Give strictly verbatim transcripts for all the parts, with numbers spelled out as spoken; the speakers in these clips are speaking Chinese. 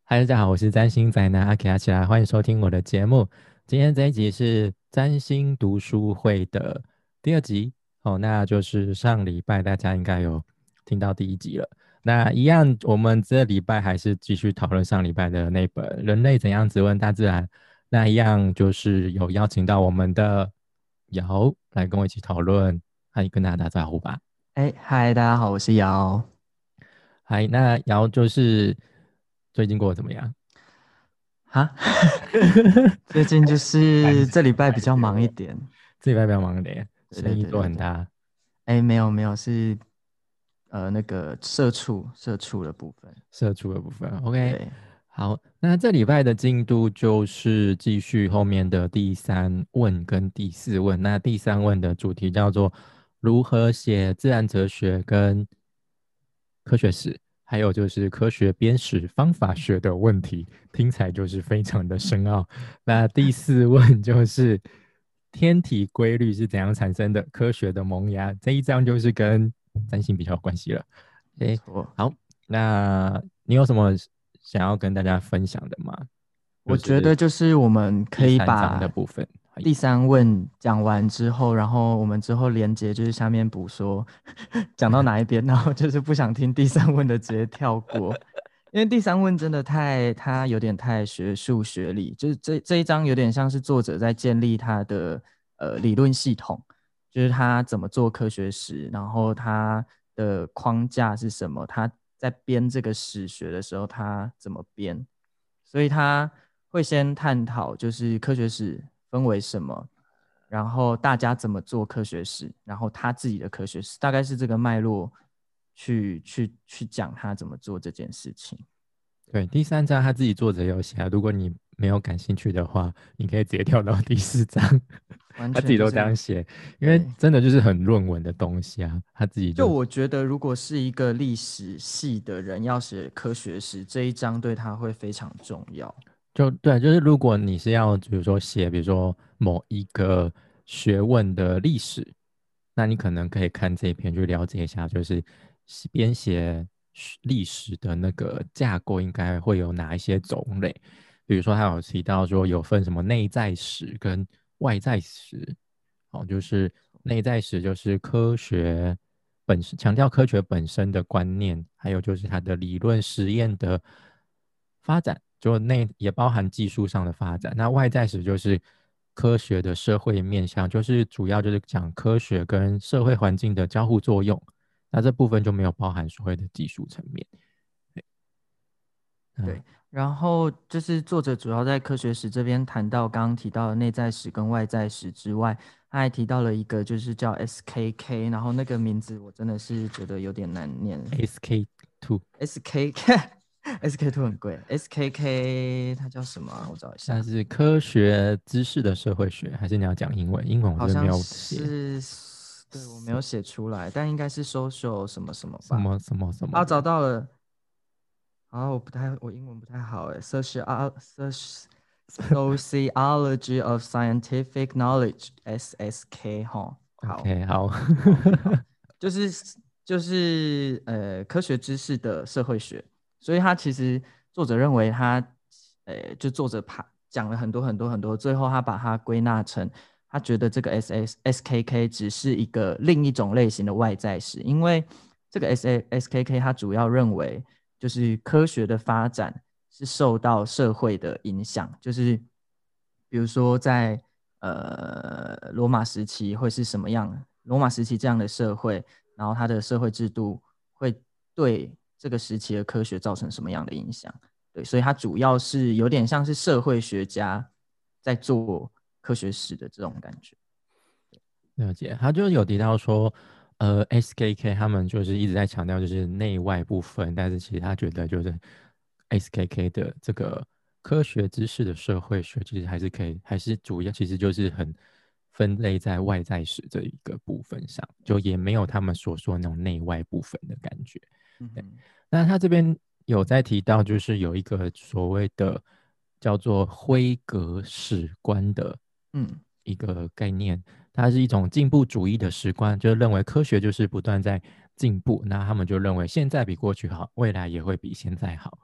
嗨，大家好，我是占星宅男阿奇阿奇来，欢迎收听我的节目。今天这一集是占星读书会的第二集哦，那就是上礼拜大家应该有听到第一集了。那一样，我们这礼拜还是继续讨论上礼拜的那本《人类怎样质问大自然》。那一样就是有邀请到我们的瑶来跟我一起讨论，嗨，跟大家打招呼吧。 哎，嗨，大家好，我是瑶。 嗨，那瑶就是最近过得怎么样？ 哈，最近就感是这礼拜比较觉了。 忙一点。 这礼拜比较忙点， 对对生意对对对。 做很大。 哎，没有没有，是呃那个社畜社畜的部分。 社畜的部分。OK， 对。 好，那这礼拜的进度就是继续后面的第三问跟第四问。那第三问的主题叫做如何写自然哲学跟科学史，还有就是科学编史方法学的问题，听起来就是非常的深奥。那第四问就是天体规律是怎样产生的？科学的萌芽，这一章就是跟占星比较有关系了。诶， 没错。 好，那你有什么想要跟大家分享的吗？就我觉得是就是我们可以第三章的把部分。 第三问讲完之后，然后我们之后连接就是下面补说讲到哪一边，然后就是不想听第三问的直接跳过，因为第三问真的太，它有点太学术学理，就是这这一章有点像是作者在建立他的呃理论系统，就是他怎么做科学史，然后他的框架是什么，他在编这个史学的时候他怎么编，所以他会先探讨就是科学史分为什么，然后大家怎么做科学史，然后他自己的科学史，大概是这个脉络去去去讲他怎么做这件事情。 对，第三章他自己作者有写啊，如果你没有感兴趣的话，你可以直接跳到第四章， 完他自己都这全就是样写，因为对。 真的就是很论文的东西啊，他自己就就我觉得，如果是一个历史系的人要写科学史，这一章对他会非常重要。 就对，就是如果你是要比如说写，比如说某一个学问的历史，那你可能可以看这一篇去了解一下，就是编写历史的那个架构应该会有哪一些种类。比如说，他有提到说有分什么内在史跟外在史，哦，就是内在史就是科学本身强调科学本身的观念，还有就是它的理论实验的发展，就内也包含技术上的发展。那外在史就是科学的社会面向，就是主要就是讲科学跟社会环境的交互作用。那这部分就没有包含所谓的技术层面。对，嗯， 对，然后就是作者主要在科学史这边谈到刚刚提到的内在史跟外在史之外，他还提到了一个就是叫 S K K，然后那个名字我真的是觉得有点难念。 S K two， S K K S K two 很贵，S K K 它叫什么啊我找一下。 那是科学知识的社会学，还是你要讲英文？英文我这边没好像有写。 是，对，我没有写出来，但应该是 social 什么什么吧。 什么什么什么啊，找的。 到了。啊，我不太，我英文不太好哎。Social Sociology of Scientific Knowledge，S S K 哈。好， OK，好。 好，好，就是就是呃科学知识的社会学，所以他其实作者认为他，呃，就作者爬讲了很多很多很多，最后他把它归纳成，他觉得这个 S S S K K 只是一个另一种类型的外在史，因为这个 S A S K K 他主要认为就是科学的发展是受到社会的影响，就是比如说在呃罗马时期会是什么样，罗马时期这样的社会，然后它的社会制度会对这个时期的科学造成什么样的影响？对，所以它主要是有点像是社会学家在做科学史的这种感觉。 了解，他就有提到说，呃，S K K 他们就是一直在强调就是内外部分，但是其实他觉得就是 S K K 的这个科学知识的社会学，其实还是可以，还是主要其实就是很分类在外在史这一个部分上，就也没有他们所说那种内外部分的感觉。对， 嗯哼。 那他这边有在提到，就是有一个所谓的叫做辉格史观的嗯。 一个概念，它是一种进步主义的史观，就是认为科学就是不断在进步，那他们就认为现在比过去好，未来也会比现在好，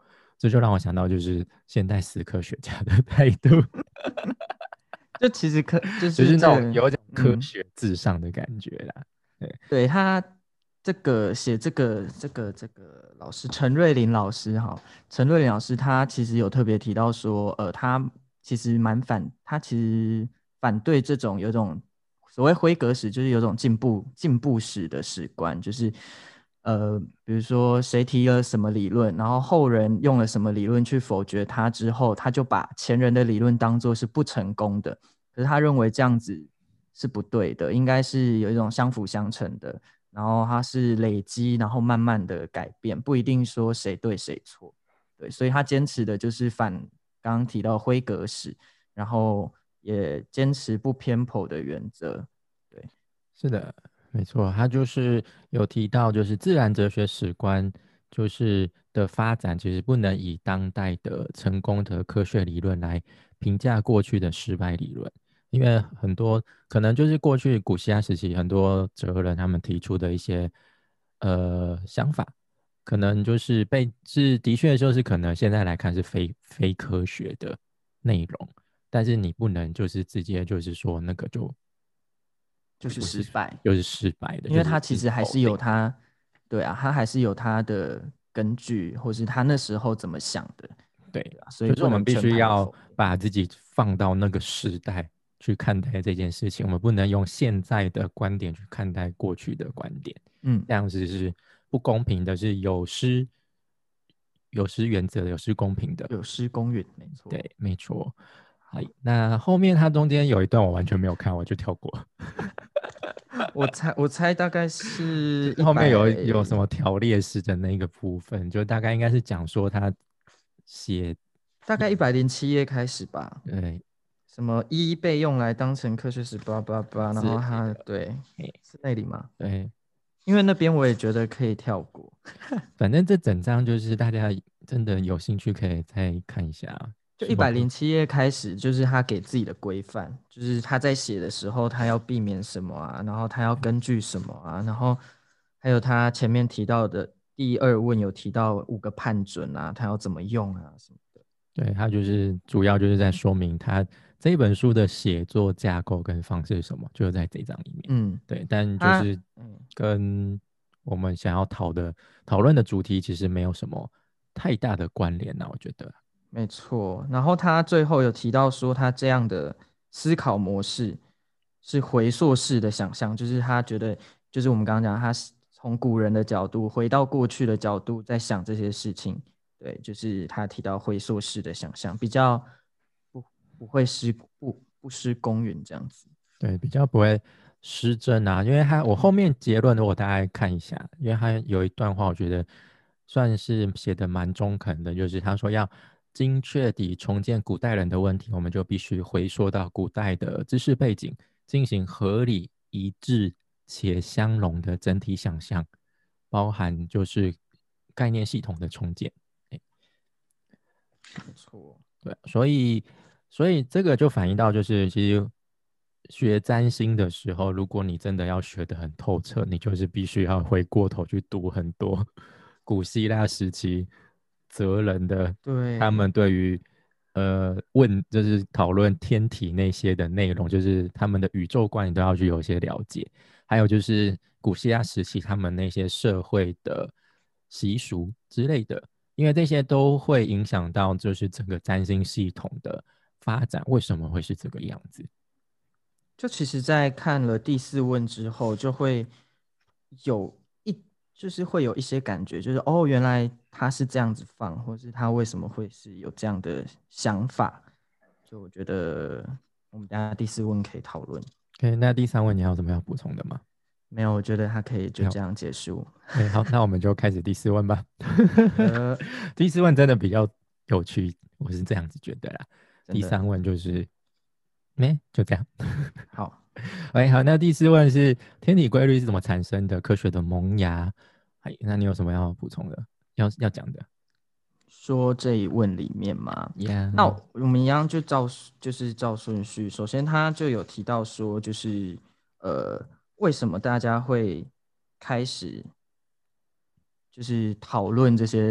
这就让我想到就是现代死科学家的态度， 就其实科就就是那是这个， 种有一种科嗯， 学至上的感觉啦。对， 对他这个写这个这个这个老师陈瑞麟老师哈，陈瑞麟老师他其实有特别提到说，呃，他其实蛮反，他其实反对这种有种所谓辉格史，就是有种进步进步史的史观，就是呃，比如说谁提了什么理论，然后后人用了什么理论去否决他之后，他就把前人的理论当作是不成功的，可是他认为这样子是不对的，应该是有一种相辅相成的。然后它是累积，然后慢慢的改变，不一定说谁对谁错，对，所以他坚持的就是反刚刚提到辉格史，然后也坚持不偏颇的原则，对， 是的，没错，他就是有提到，就是自然哲学史观就是的发展，其实不能以当代的成功的科学理论来评价过去的失败理论，因为很多可能就是过去古希腊时期很多哲人他们提出的一些呃想法，可能就是被是的确就是可能现在来看是非非科学的内容，但是你不能就是直接就是说那个就就是不是失败， 就是失败的， 因为他就是是其实还是否定。 有他，对啊，他还是有他的根据，或是他那时候怎么想的， 对， 对啊，所以就是我们必不能全须要盘的否定， 把自己放到那个时代去看待这件事情，我们不能用现在的观点去看待过去的观点， 嗯， 这样子是不公平的，是有失有失原则的，有失公平的。 有失公允，没错， 对，没错。好， 好。 那后面它中间有一段我完全没有看，我就跳过。 我猜我猜大概是一就是后面有百， 有什么条列式的那个部分，就大概应该是讲说他写大概一一百零七页开始吧。 呃什么一被用来当成科学史，巴拉巴拉巴拉，然后之类的， 它对嘿， 是那里吗？ 对， 因为那边我也觉得可以跳过。 反正这整章就是大家真的有兴趣可以再看一下， 就一百之后就零七页开始，就是他给自己的规范，就是他在写的时候，他要避免什么啊，然后他要根据什么啊，然后还有他前面提到的第二问有提到五个判准啊，他要怎么用啊什么的。 对他就是主要就是在说明他这一本书的写作架构跟方式是什么，就是在这一章里面。 嗯， 对，但就他是嗯跟我们想要讨的讨论的主题其实没有什么太大的关联呢、我觉得。 没错，然后他最后有提到说，他这样的思考模式是回溯式的想象，就是他觉得，就是我们刚刚讲，他是从古人的角度回到过去的角度在想这些事情，对，就是他提到回溯式的想象，比较不不会失不不失公允这样子。 对，比较不会失真啊，因为他我后嗯面结论我大概看一下，因为他有一段话，我觉得算是写的蛮中肯的，就是他说要精确地重建古代人的问题，我们就必须回溯到古代的知识背景，进行合理、一致且相容的整体想象，包含就是概念系统的重建。 没错， 对，所以所以这个就反映到，就是其实学占星的时候，如果你真的要学得很透彻，你就是必须要回过头去读很多古希腊时期哲人的他对， 们对于呃问就是讨论天体那些的内容，就是他们的宇宙观，你都要去有一些了解。还有就是古希腊时期他们那些社会的习俗之类的。因为这些都会影响到就是整个占星系统的发展，为什么会是这个样子？ 就其实，在看了第四问之后，就会有一，就是会有一些感觉，就是哦，原来他是这样子放，或是他为什么会是有这样的想法？就我觉得我们等一下第四问可以讨论。 OK，那第三问你还有什么要补充的吗？ 没有，我觉得他可以就没有。 这样结束。 哎，好，那我们就开始第四问吧。 好的， 第四问真的比较有趣，我是这样子觉得啦。 真的第三问就是，没，就这样。 好。 哎，好，那第四问是天体规律是怎么产生的？科学的萌芽。哎，那你有什么要补充的？要要讲的说这一问里面嘛，那 ？Yeah， 我们一样就照就是照顺序。首先，他就有提到说，就是呃，为什么大家会开始就是讨论这些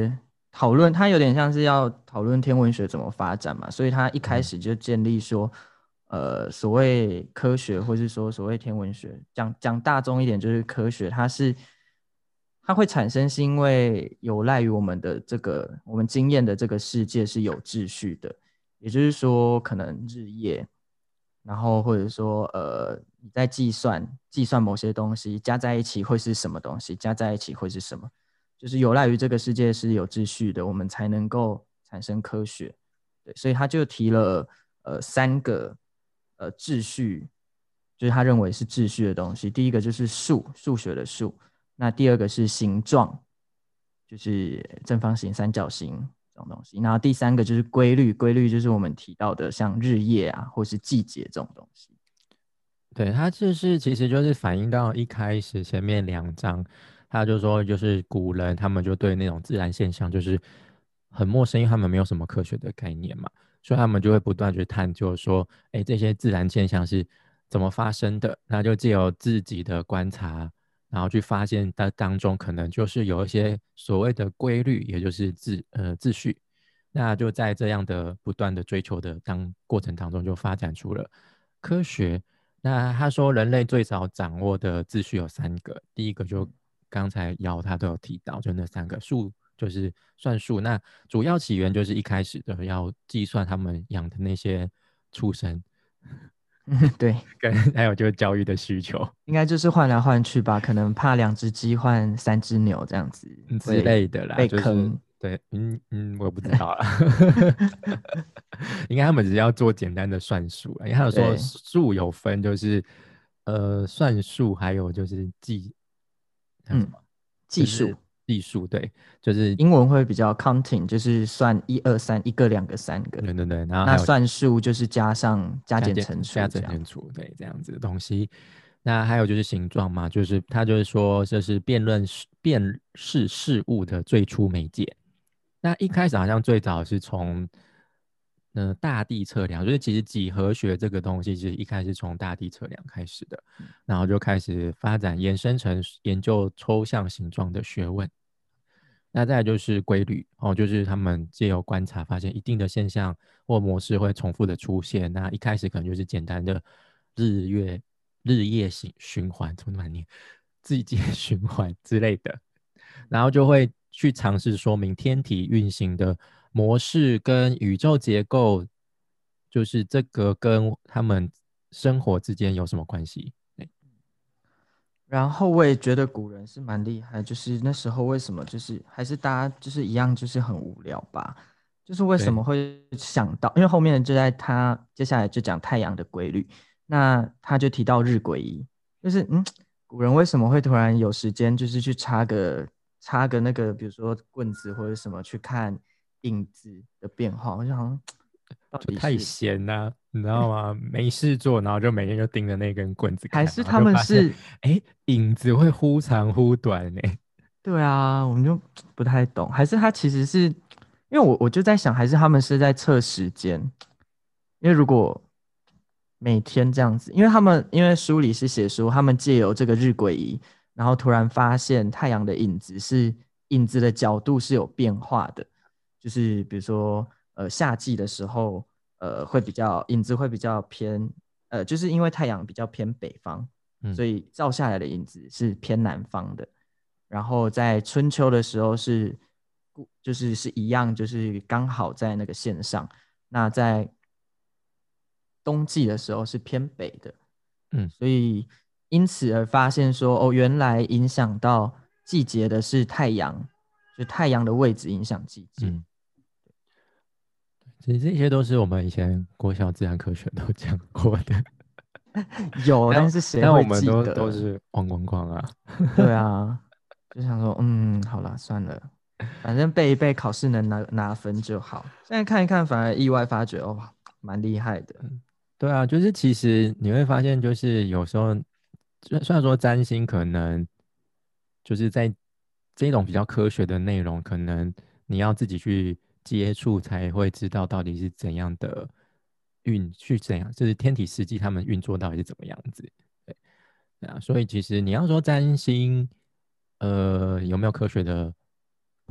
讨论，它有点像是要讨论天文学怎么发展嘛，所以他一开嗯始就建立说，呃，所谓科学，或是说所谓天文学，讲讲大众一点，就是科学，它是它会产生，是因为有赖于我们的这个我们经验的这个世界是有秩序的，也就是说，可能日夜，然后或者说，呃，你在计算计算某些东西加在一起会是什么东西，加在一起会是什么。就是有赖于这个世界是有秩序的，我们才能够产生科学。对，所以他就提了呃三个呃秩序，就是他认为是秩序的东西。第一个就是数，数学的数；那第二个是形状，就是正方形、三角形这种东西。然后第三个就是规律，规律就是我们提到的像日夜啊，或是季节这种东西。 对，它就是其实就是反映到一开始前面两章，他就说就是古人他们就对那种自然现象就是很陌生，因为他们没有什么科学的概念嘛，所以他们就会不断去探究说，哎，这些自然现象是怎么发生的，那就借由自己的观察，然后去发现它当中可能就是有一些所谓的规律，也就是秩呃秩序，那就在这样的不断的追求的当过程当中，就发展出了科学。那他说，人类最早掌握的秩序有三个，第一个就刚才姚他都有提到，就那三个数，就是算术。那主要起源就是一开始的要计算他们养的那些畜生， 对， 跟还有就是教育的需求应该就是换来换去吧，可能怕两只鸡换三只牛这样子之会类的啦， 被就是坑。 对，嗯嗯，我不知道啦，应该他们只是要做简单的算术啦，因为他有说对， 数有分，就是呃算术，还有就是计，还有什嗯， 么？就是计数， 计数，对，就是英文会比较 counting，就是算一二三，一个、两个、三个。 对对对，然后还有那算术就是加上加减加减加乘除这样。 减乘除，对，这样子的东西。那还有就是形状嘛，就是他就是说这是辩论事辨识事物的最初媒介。那一开始好像最早是从呃大地测量，就是其实几何学这个东西其实一开始从大地测量开始的，然后就开始发展延伸成研究抽象形状的学问。那再来就是规律哦，就是他们借由观察发现一定的现象或模式会重复的出现。那一开始可能就是简单的日月日夜循循环，怎么难念？季节循环之类的，然后就会去尝试说明天体运行的模式跟宇宙结构，就是这个跟他们生活之间有什么关系？ 然后我也觉得古人是蛮厉害，就是那时候为什么就是还是大家就是一样就是很无聊吧，就是为什么对会想到，因为后面就在他接下来就讲太阳的规律，那他就提到日晷仪，就是嗯，古人为什么会突然有时间就是去插个插个那个比如说棍子或者什么去看影子的变化，我就好像到就太底是闲啦、你知道吗？没事做，然后就每天就盯着那根棍子看，然后还是他就发现， 们是哎，影子会忽长忽短呢、 对啊，我们就不太懂，还是他其实是，因为我我就在想，还是他们是在测时间，因为如果每天这样子，因为他们因为书里是写说，他们借由这个日晷仪，然后突然发现太阳的影子是影子的角度是有变化的，就是比如说呃夏季的时候，呃会比较影子会比较偏，呃就是因为太阳比较偏北方， 嗯所以照下来的影子是偏南方的。然后在春秋的时候是就是是一样，就是刚好在那个线上。那在冬季的时候是偏北的， 嗯所以因此而发现说，哦，原来影响到季节的是太阳，就太阳的位置影响季节。 嗯，其实这些都是我们以前国小自然科学都讲过的， 有， 但但是谁但我会们都都记得？ 是忘光光啊。 对啊，就想说，嗯，好了，算了，反正背一背，考试能拿拿分就好。现在看一看，反而意外发觉，哦，蛮厉害的。 嗯，对啊，就是其实你会发现，就是有时候虽虽然说占星可能就是在这种比较科学的内容，可能你要自己去接触才会知道到底是怎样的运，去怎样，就是天体实际他们运作到底是怎么样子。对，对啊，所以其实你要说占星，呃，有没有科学的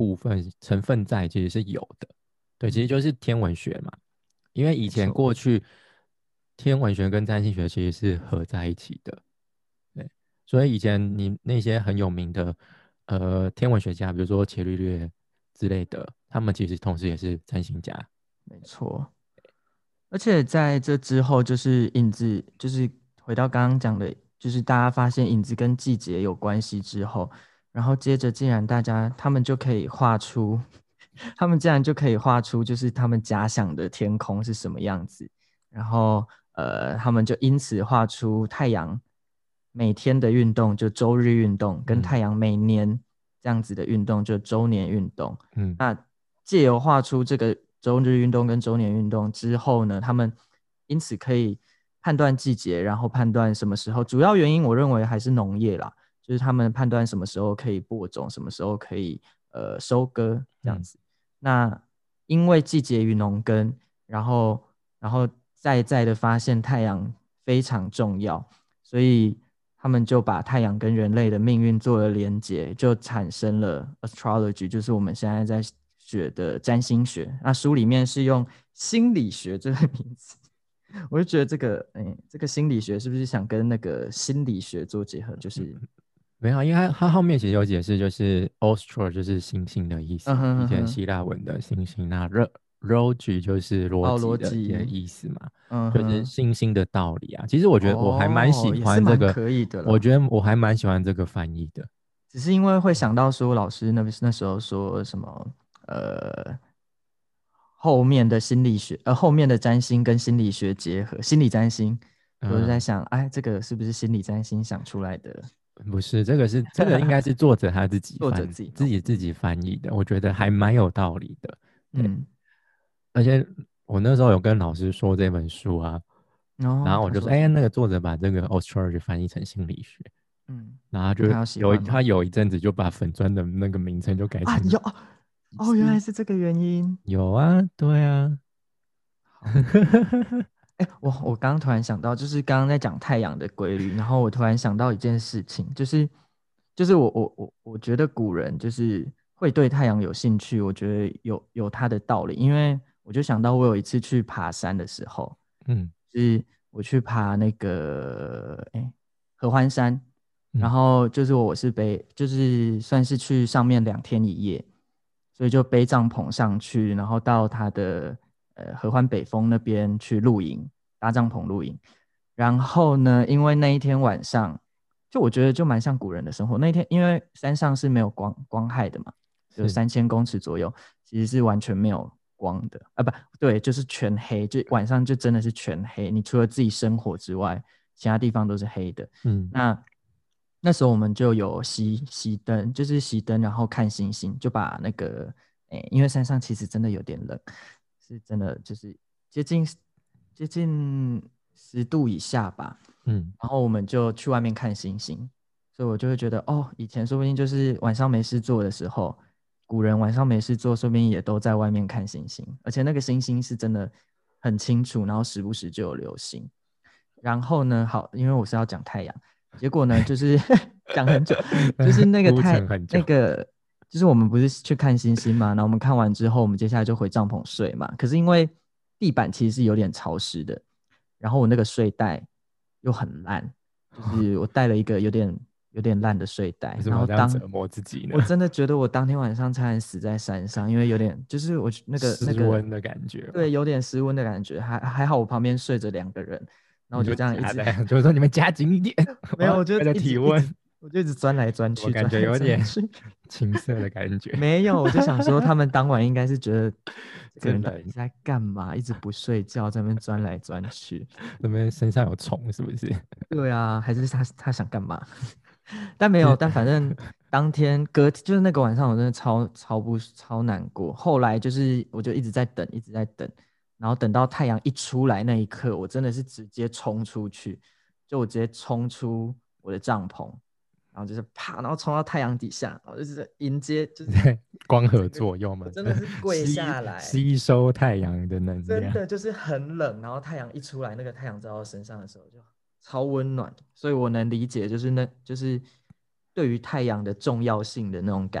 部分成分在其实是有的。对，其实嗯， 就是天文学嘛，因为以前没错。 过去天文学跟占星学其实是合在一起的。对，所以以前你那些很有名的呃天文学家，比如说伽利略之类的，他们其实同时也是占星家。 没错。而且在这之后，就是影子，就是回到刚刚讲的，就是大家发现影子跟季节有关系之后，然后接着竟然大家他们就可以画出，他们竟然就可以画出就是他们假想的天空是什么样子，然后呃，他们就因此画出太阳每天的运动就周日运动，跟嗯太阳每年这样子的运动就周年运动。 嗯那借由画出这个周日运动跟周年运动之后呢，他们因此可以判断季节，然后判断什么时候。主要原因我认为还是农业啦，就是他们判断什么时候可以播种，什么时候可以呃收割这样嗯子。那因为季节与农耕，然后然后再再的发现太阳非常重要，所以他们就把太阳跟人类的命运做了连结，就产生了 astrology，就是我们现在在学的占星学。那书里面是用心理学这个名字，我就觉得这个，哎，这个心理学是不是想跟那个心理学做结合？就是， 没有，因为它它后面其实有解释，就是 astro 就是星星的意嗯思，以前哼哼哼， 希腊文的星星，那 ro logi 就是逻哦，逻辑的一些辑， 意思嘛，就是嗯哼， 星星的道理啊。其实我觉得我还蛮哦， 喜也是欢这个， 蛮可以的啦。 我觉得我还蛮喜欢这个翻译的。 只是因为会想到说，老师那那时候说什么，呃，后面的心理学，呃，后面的占星跟心理学结合，心理占星，我就在嗯， 想，哎，这个是不是心理占星想出来的？ 不是，这个是这个应该是作者他自己作者翻自己弄，嗯自己自己翻译的，我觉得还蛮有道理的。对， 嗯， 而且我那时候有跟老师说这本书啊，然然后后我就说，哎， 他说什么？ 那个作者把这个 astrology 翻译成心理学。 嗯， 然后就那他要喜有一欢吗？ 他有一阵子就把粉砖的那个名称就改啊， 成有哦，原是来是这个原因。 有啊，对啊， 好，哎，我我刚刚突然想到，就是刚刚在讲太阳的规律，然后我突然想到一件事情，就是就是我我我我觉得古人就是会对太阳有兴趣，我觉得有有他的道理，因为我就想到我有一次去爬山的时候， 嗯是我去爬那个哎合欢山，然嗯后就是我是背就是算是去上面两天一夜，所以就背帐篷上去，然后到他的呃合欢北峰那边去露营，搭帐篷露营。然后呢，因为那一天晚上，就我觉得就蛮像古人的生活。那一天因为山上是没有光光害的嘛，就是三千公尺左右，其实是完全没有光的啊，不对，就是全黑，就晚上就真的是全黑。你除了自己生火之外，其他地方都是黑的。 嗯那那时候我们就有熄熄灯，就是熄灯，然后看星星，就把那个，诶，因为山上其实真的有点冷，是真的就是接近接近十度以下吧。 嗯然后我们就去外面看星星，所以我就会觉得，哦，以前说不定就是晚上没事做的时候，古人晚上没事做，说不定也都在外面看星星，而且那个星星是真的很清楚，然后时不时就有流星。然后呢，好，因为我是要讲太阳，结果呢，就是讲很久，就是那个铺太陈很久， 那个，就是我们不是去看星星嘛，然后我们看完之后，我们接下来就回帐篷睡嘛。可是因为地板其实是有点潮湿的，然后我那个睡袋又很烂，就是我带了一个有点有点烂的睡袋， 为什么要这样然后当折磨自己呢？ 我真的觉得我当天晚上差点死在山上，因为有点就是我那个那个失温的感觉嘛？ 对有点失温的感觉，还还好我旁边睡着两个人，然后我就你说这样一直夹在，就是说你们夹紧一点， 没有， 我要我就为了一直一直体温， 我就一直钻来钻去， 我感钻来觉有点钻去。 青涩的感觉， 没有，我就想说他们当晚应该是觉得这个人真的， 到底是在干嘛，一直不睡觉，在那边钻来钻去。 那边身上有虫是不是？ 对啊，还是他他想干嘛？但没有， 是但反正当天隔就是那个晚上，我真的超超不超难过。后来就是我就一直在等，一直在等，然后等到太阳一出来那一刻，我真的是直接冲出去，就我直接冲出我的帐篷，然后就是啪，然后冲到太阳底下，然后就是迎接，就是在光合整个作用嘛， 我真的是跪吸下来， 吸收太阳的能量。 真的就是很冷，然后太阳一出来，那个太阳照到身上的时候就超温暖，所以我能理解，就是那就是对于太阳的重要性的那种感觉，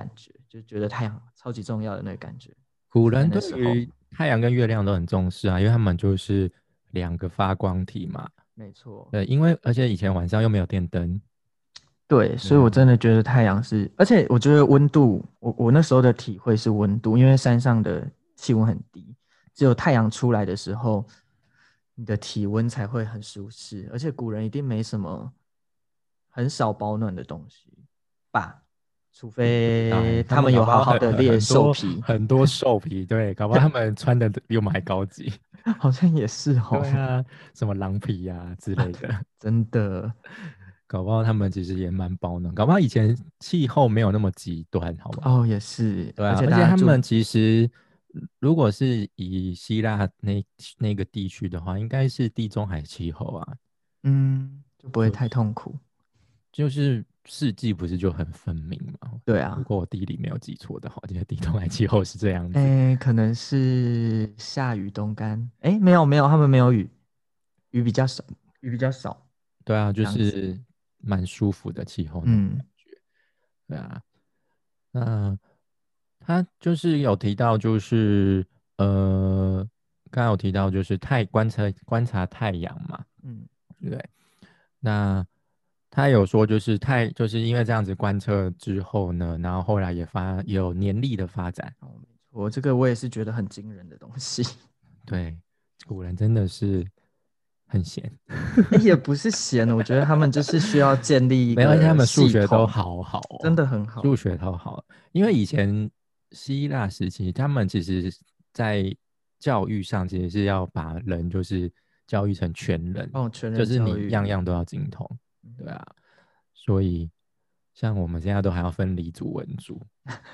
就觉得太阳超级重要的那个感觉。 古人对在那时候， 于太阳跟月亮都很重视啊，因为他们就是两个发光体嘛。 没错。 对，因为而且以前晚上又没有电灯。 对，所以我对啊， 真的觉得太阳是，而且我觉得温度，我我那时候的体会是温度，因为山上的气温很低，只有太阳出来的时候，你的体温才会很舒适，而且古人一定没什么很少保暖的东西吧，除不知道哎、他非他们有们搞不好很好好的猎很很多兽皮， 很多兽皮，对，搞不好他们穿的比我们还高级。 好像也是哦， 对啊，什么狼皮呀、之类的， 真的， 搞不好他们其实也蛮保暖，搞不好以前气候没有那么极端，好不好？ 哦，也是，而对啊，而且大家住， 且他们其实如果是以希腊那那个地区的话，应该是地中海气候啊， 嗯，就不会太就是痛苦， 就是四季不是就很分明嘛？ 对啊。 如果我地理没有记错的话，这个地中海气候是这样子。 哎，可能是下雨冬干。哎，没有没有，他们没有雨，雨比较少，雨比较少， 对啊，就这样子。 是蛮舒服的气候那种嗯感觉。对啊，那他就是有提到，就是呃，刚刚有提到就是太观察观察太阳嘛， 嗯， 对不对？那他有说就是太就是因为这样子观测之后呢，然后后来也发也有年历的发展。 哦，没错，这个我也是觉得很惊人的东西。 对，古人真的是很闲。 哎，也不是闲，我觉得他们就是需要建立一没有，而且他个们数学都系统， 好好真哦， 的很好。 数学都好。因为以前希腊时期，他们其实在教育上其实是要把人就是教育成全人， 哦，全人就是教育， 你样样都要精通。对嗯， 啊，所以像我们现在都还要分理组文组。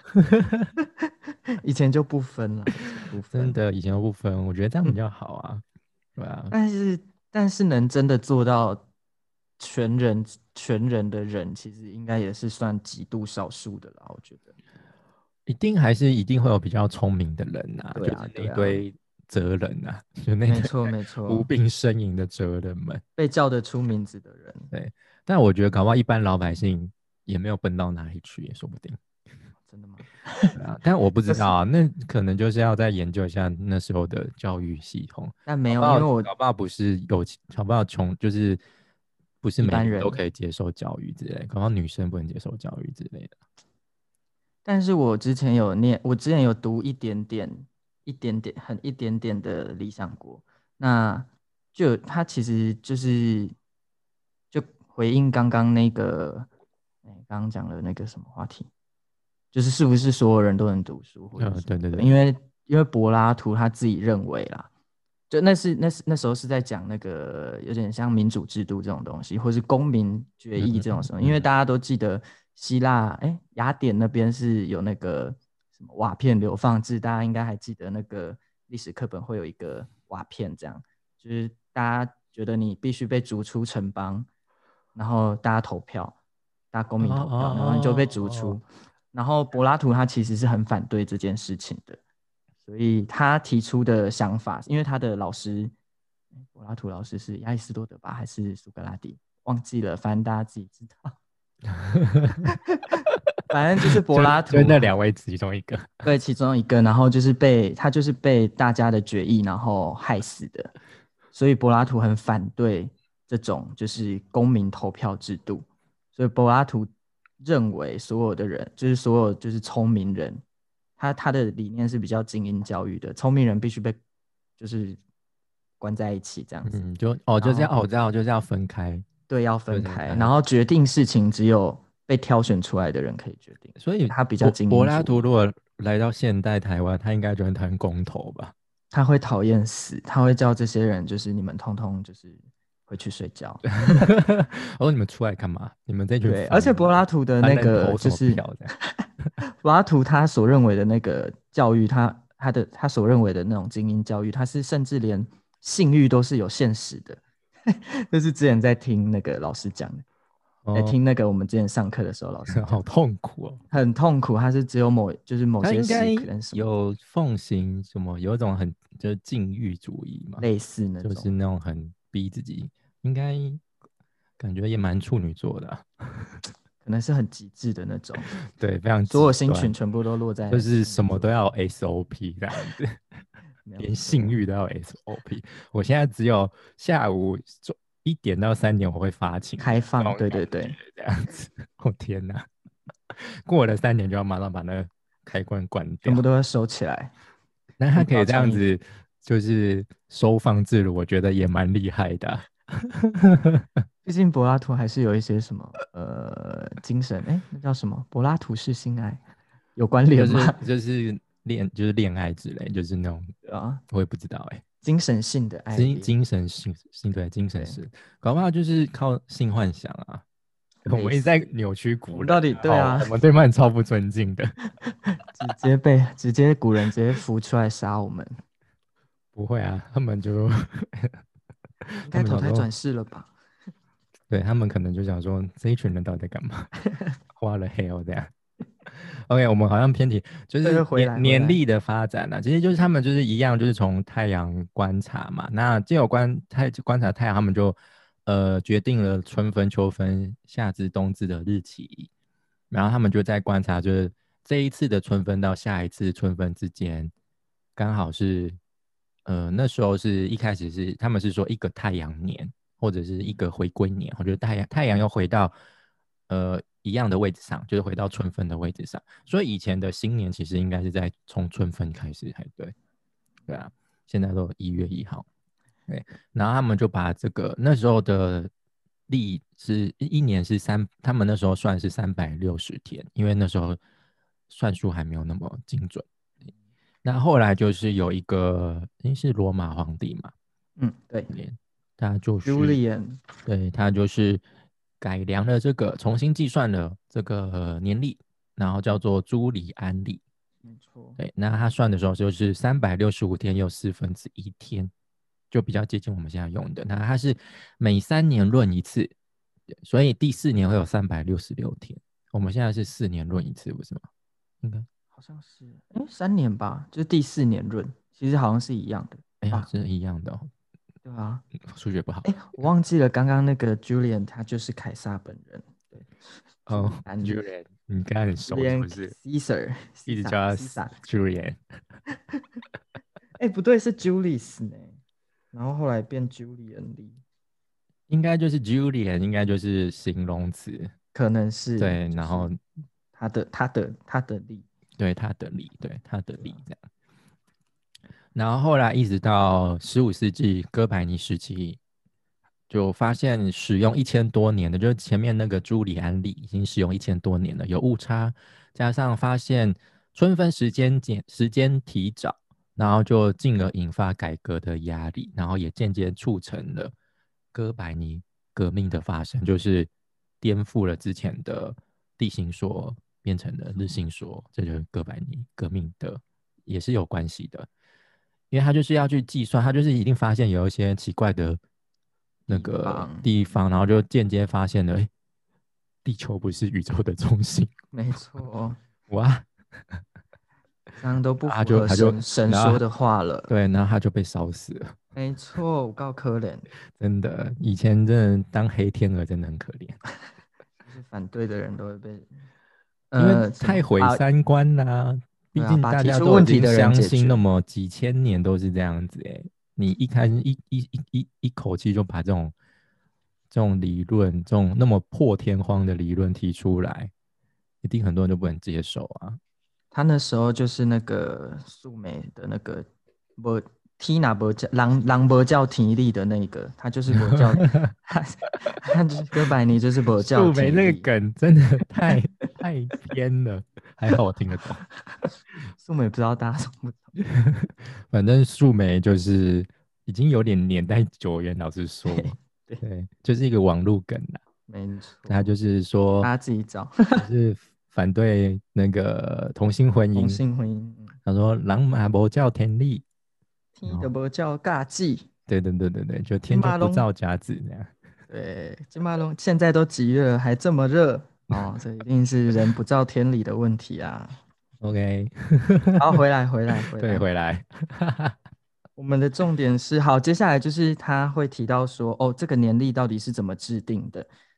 以前就不分了，以前不分。 真的以前都不分，我觉得这样比较好啊。对啊， 但是但是能真的做到全人全人的人，其实应该也是算极度少数的啦，我觉得。 一定还是一定会有比较聪明的人呐、 对啊， 就是那对啊， 一堆哲人呐、就那堆没错没错， 无病呻吟的哲人们。 被叫得出名字的人， 对，但我觉得搞不好一般老百姓也没有笨到哪里去，也说不定。 真的吗？ 对啊，但我不可是知道啊，那可能就是要再研究一下那时候的教育系统， 但没有， 搞不好因为我搞不好不是有钱，搞不好穷，就是不是一每个般人， 人都可以接受教育之类，搞不好女生不能接受教育之类的。 但是我之前有念，我之前有读一点点、一点点、很一点点的理想国，那就有它其实就是就回应刚刚那个，哎，刚刚讲了那个什么话题，就是是不是所有人都能读书或者嗯， 什么的？ 对对对， 因为因为柏拉图他自己认为啦，就那是那是那时候是在讲那个有点像民主制度这种东西，或是公民决嗯嗯议这种什么，因为嗯大家都记得希腊，哎，雅典那边是有那个什么瓦片流放制，大家应该还记得那个历史课本会有一个瓦片，这样就是大家觉得你必须被逐出城邦，然后大家投票，大家公哦民投票，然后你就被逐哦出。然后柏拉图他其实是很反对这件事情的，所以他提出的想法，因为他的老师柏拉图老师是亚里士多德吧，还是苏格拉底？忘记了，反正大家自己知道。 哦， 反正就是柏就拉图， 就那两位其中一个。 对，其中一个，然后就是被他就是被大家的决议然后害死的，所以柏拉图很反对这种就是公民投票制度，所以柏拉图认为所有的人就是所有就是聪明人，他他的理念是比较精英教育的，聪明人必须被就是关在一起这样子， 嗯，就哦， 然后就是要哦，我知道，就是要分开， 对要就分开，然是开。 后决定事情只有被挑选出来的人可以决定， 所以他比较柏柏精英主义。 拉图如果来到现代台湾，他应该就很讨厌公投吧？ 他会讨厌死，他会叫这些人就是你们通通就是回去睡觉。 我说你们出来干嘛？你们这群对，而且凡人， 柏拉图的凡那人投什么个就是票这样？ 柏拉图他所认为的那个教育，他他的他所认为的那种精英教育，他是甚至连性欲都是有限时的。就是之前在听那个老师讲的，在哦， 听那个我们之前上课的时候，老师好讲痛苦哦。 很痛苦，他是只有某就是某些他应该时刻什么有奉行什么，有一种很就是禁欲主义嘛， 类似那种。 就是那种很逼自己，应该感觉也蛮处女座的啊。 可能是很极致的那种， 对，非常所有极端星群全部都落在就是十年左右什么都要 S O P 这样子，连没有错性欲都要 S O P。我现在只有下午一点到三点我会发情， 开放， 这种对对感觉对， 这样子。哦天哪，过了三点就要马上把那个开关关掉。 全部都要收起来。 那他可以这样很抱歉子，就是收放自如，我觉得也蛮厉害的啊。 毕竟柏拉图还是有一些什么呃精神，哎，那叫什么？柏拉图式性爱有关联吗？ 就是就是恋就是恋爱之类，就是那种对啊， 我也不知道哎、欸精神性的爱恋， 精精神性性对精神对， 是，搞不好就是靠性幻想啊。我们类一直在似。 扭曲古人， 我们到底对啊， 然后我们对曼超不尊敬的。 直接被直接古人直接浮出来杀我们， 不会啊，他们就应他们想说， 该投胎转世了吧？ 对他们可能就想说这一群人到底在干嘛？花了 hell 这样。OK，我们好像偏题，就对， 是回来回来， 年年历的发展呢、啊，其实就是他们就是一样，就是从太阳观察嘛。那既有观太观察太阳，他们就呃决定了春分、秋分、夏至、冬至的日期，然后他们就在观察，就是这一次的春分到下一次春分之间，刚好是呃那时候是一开始是他们是说一个太阳年或者是一个回归年，我觉得太阳太阳要回到呃一样的位置上，就是回到春分的位置上，所以以前的新年其实应该是在从春分开始才对，对啊，现在都一月一号，对，然后他们就把这个那时候的历是一年是三，他们那时候算是三百六十天，因为那时候算术还没有那么精准。那后来就是有一个，诶是罗马皇帝嘛， 嗯，对他就是 ，Julian， 对他就是改良了这个，重新计算了这个年历，然后叫做朱里安历。 没错， 对，那他算的时候就是三百六十五天又四分之一天，就比较接近我们现在用的。那它是每三年闰一次，所以第四年会有三百六十六天。我们现在是四年闰一次，不是吗？应该， 好像是，哎，三年吧，就是第四年闰，其实好像是一样的哎呀， 啊， 是一样的哦， 对啊， 数学不好。 哎，我忘记了，刚刚那个 Julian 他就是凯撒本人，对，朱哦利安利 ，Julian，你跟他很熟是 ，Julian 不是？ Caesar， 一直 Caesar 叫他 Caesar， Julian。 哎，不对，是 Julius 呢，然后后来变 Julian Lee， 应该就是 Julian，应该就是形容词。 可能是对，然后就是他的他的他的力， 对他的力，对他的对啊力这样。然后后来一直到十五世纪哥白尼时期，就发现使用一千多年的，就是前面那个朱里安历已经使用一千多年了，有误差，加上发现春分时间减时间提早，然后就进而引发改革的压力，然后也间接促成了哥白尼革命的发生，就是颠覆了之前的地心说，变成了日心说，这就是哥白尼革命的也是有关系的。因为他就是要去计算，他就是一定发现有一些奇怪的那个地方地方，然后就间接发现了，哎，地球不是宇宙的中心。 没错， 哇， 这样都不他符合就他就神神然后说的话了。 对，然后他就被烧死了。 没错，我告可怜， 真的，以前真的当黑天鹅真的很可怜， 就是反对的人都会被因为呃什太么把毁三观啦、毕对啊，把提竟大家出问题都已经的人解相信那决。 么几千年都是这样子、欸，哎，你一开始一一一一一口气就把这种这种理论，这种那么破天荒的理论提出来，一定很多人都不能接受啊。 他那时候就是那个素梅的那个不 Tina 不叫狼狼不叫体力的那个，他就是不叫他他就是哥白尼就是不叫体树莓那个力。 梗真的太太偏了，还好我听得懂。 素梅不知道大家懂不懂？ 反正树莓就是已经有点年代久远，老实说， 对， 对，就是一个网络梗啦。 没错， 他就是说， 大家自己找就是反对那个同性婚同姻。 性婚姻。嗯他说“狼马不叫天力”， 天的不叫尬技， 对对对对对，就天就不造假子那样。 对，金马龙现在都几月了，还这么热哦，这一定是人不照天理的问题啊。 OK， 好，回来回来回来， 对，回来。 我们的重点是，好，接下来就是他会提到说，哦，这个年历到底是怎么制定的？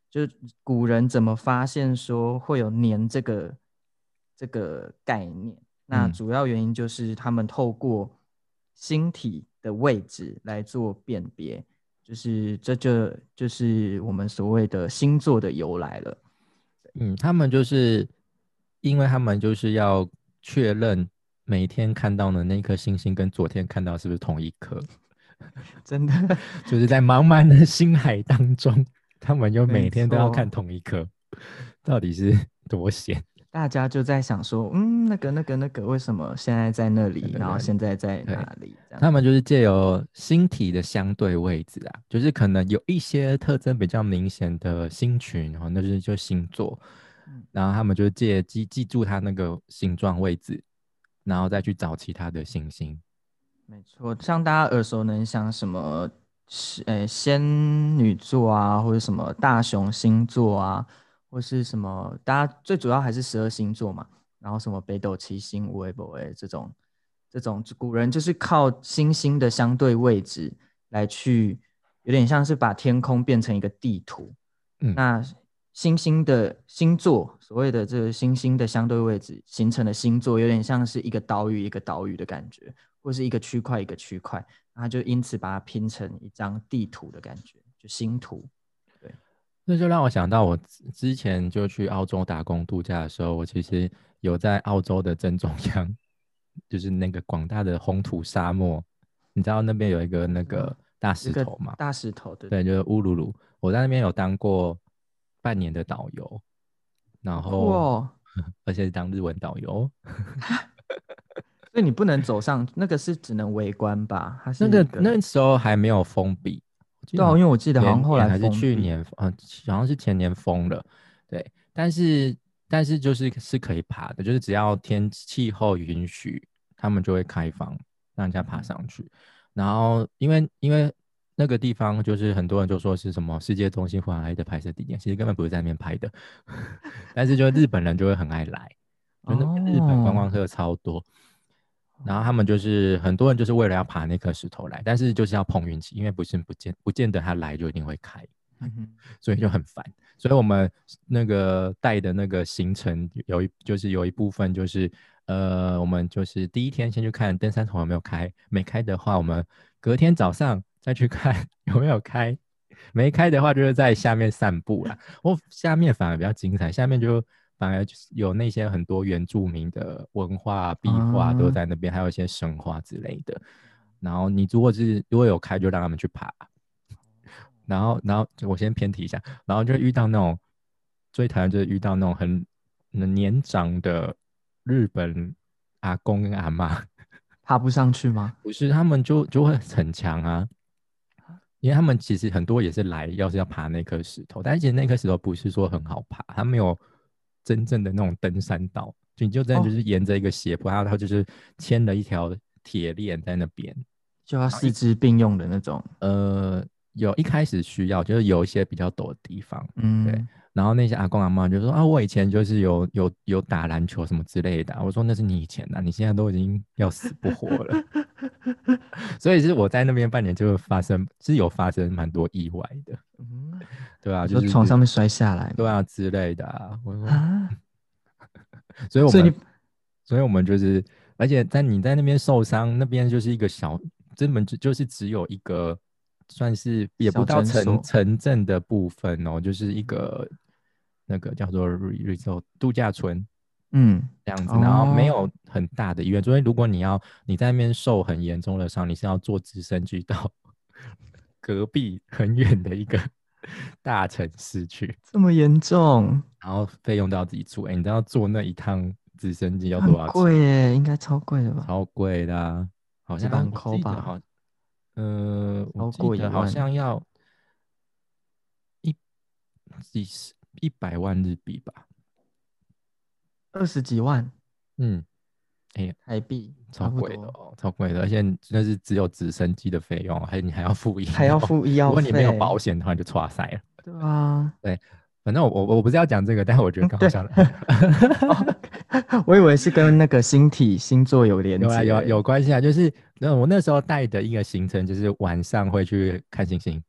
就古人怎么发现说会有年这个这个概念？那嗯主要原因就是他们透过星体的位置来做辨别，就是这就就是我们所谓的星座的由来了。 嗯，他们就是因为他们就是要确认每天看到的那颗星星跟昨天看到是不是同一颗， 真的就是在茫茫的星海当中，他们就没每天都要看错， 同一颗，到底是多闲？ 大家就在想说，嗯，那个那个那个为什么现在在那里，然后现在在对， 哪里？这样他们就是借由星体的相对位置啊，就是可能有一些特征比较明显的星群，然后那就是就星座， 嗯然后他们就借记记住它那个形状位置，然后再去找其他的星星。 没错，像大家耳熟能详什么是呃仙女座啊，或者什么大熊星座啊，或是什么大家最主要还是十二星座嘛，然后什么北斗七星、无为不为这种这种古人就是靠星星的相对位置来去，有点像是把天空变成一个地图。 嗯， 那星星的星座，所谓的这个星星的相对位置形成的星座，有点像是一个岛屿一个岛屿的感觉。或是一个区块一个区块，然后就因此把它拼成一张地图的感觉，就星图。对， 那就让我想到我之前就去澳洲打工度假的时候，我其实有在澳洲的正中央，就是那个广大的红土沙漠，你知道那边有一个那个大石头吗？ 大石头，对对，就是乌鲁鲁。我在那边有当过半年的导游，然好酷后哦！ 而且是当日文导游。 所以你不能走上那个，是只能围观吧？它那是一个个那时候还没有封闭，我记得对啊， 好像因为我记得好像后来前年还是封闭。 去年，嗯、好像是前年封了。对，但是但是就是是可以爬的，就是只要天气候允许，他们就会开放让人家爬上去。然后因为因为那个地方就是很多人就说是什么世界中心环海的拍摄地点，其实根本不是在那边拍的，但是就日本人就会很爱来，就那边日本观哦， 光客超多。然后他们就是很多人就是为了要爬那颗石头来，但是就是要碰运气，因为不是不见不见得他来就一定会开， 嗯哼， 所以就很烦。所以我们那个带的那个行程有一就是有一部分就是呃，我们就是第一天先去看登山头有没有开，没开的话，我们隔天早上再去看有没有开，没开的话就是在下面散步啦。我下面反而比较精彩，下面就反而就是有那些很多原住民的文化、壁画都啊， 在那边，还有一些神话之类的。然后你如果是如果有开，就让他们去爬。然后，然后我先偏题一下，然后就遇到那种最讨厌就是遇到那种很很年长的日本阿公跟阿嬷， 爬不上去吗？ 不是他们就就会很强啊，因为他们其实很多也是来，要是要爬那颗石头，但是其实那颗石头不是说很好爬，它没有真正的那种登山道，就你就真的就哦， 是沿着一个斜坡，然后它就是牵了一条铁链在那边。 就要四肢并用的那种。 呃，有一开始需要，就是有一些比较陡的地方，对。 嗯， 然后那些阿公阿妈就说啊，我以前就是有有有打篮球什么之类的啊。我说那是你以前啊，你现在都已经要死不活了。所以是我在那边半年就发生是有发生蛮多意外的， 嗯， 对啊， 你说就是从上面摔下来吗？ 对啊之类的啊。我说， 啊， 所以我们所以你所以我们就是，而且在你在那边受伤，那边就是一个小，根本就就是只有一个，算是也不小到城诊所。 城镇的部分哦，就是一个那个叫做 resort 度假村嗯， 这样子，然后没哦， 有很大的医院，所以如果你要你在那边受很严重的伤，你是要坐直升机到隔壁很远的一个大城市去， 这么严重， 然后费用都要自己出。哎，你知道坐那一趟直升机要很多少钱？ 贵耶，应该超贵的吧？ 超贵的啊，好几万像我扣吧， 记得好，呃，我超记得好过一万。 像要一几十一百万日币吧。 二十几万嗯，哎呀， 台币， 超差不多， 贵的哦，超贵的，而且那是只有直升机的费用，还你还要付医还要药， 付医药如果你没有费。 保险的话，你就剉赛了。 对啊， 对，反正我我我不是要讲这个，但是我觉得嗯，对， 刚好想， 哦，我以为是跟那个星体星座有连有啊有啊结。 有关系啊，就是那我那时候带的一个行程就是晚上会去看星星。 哦，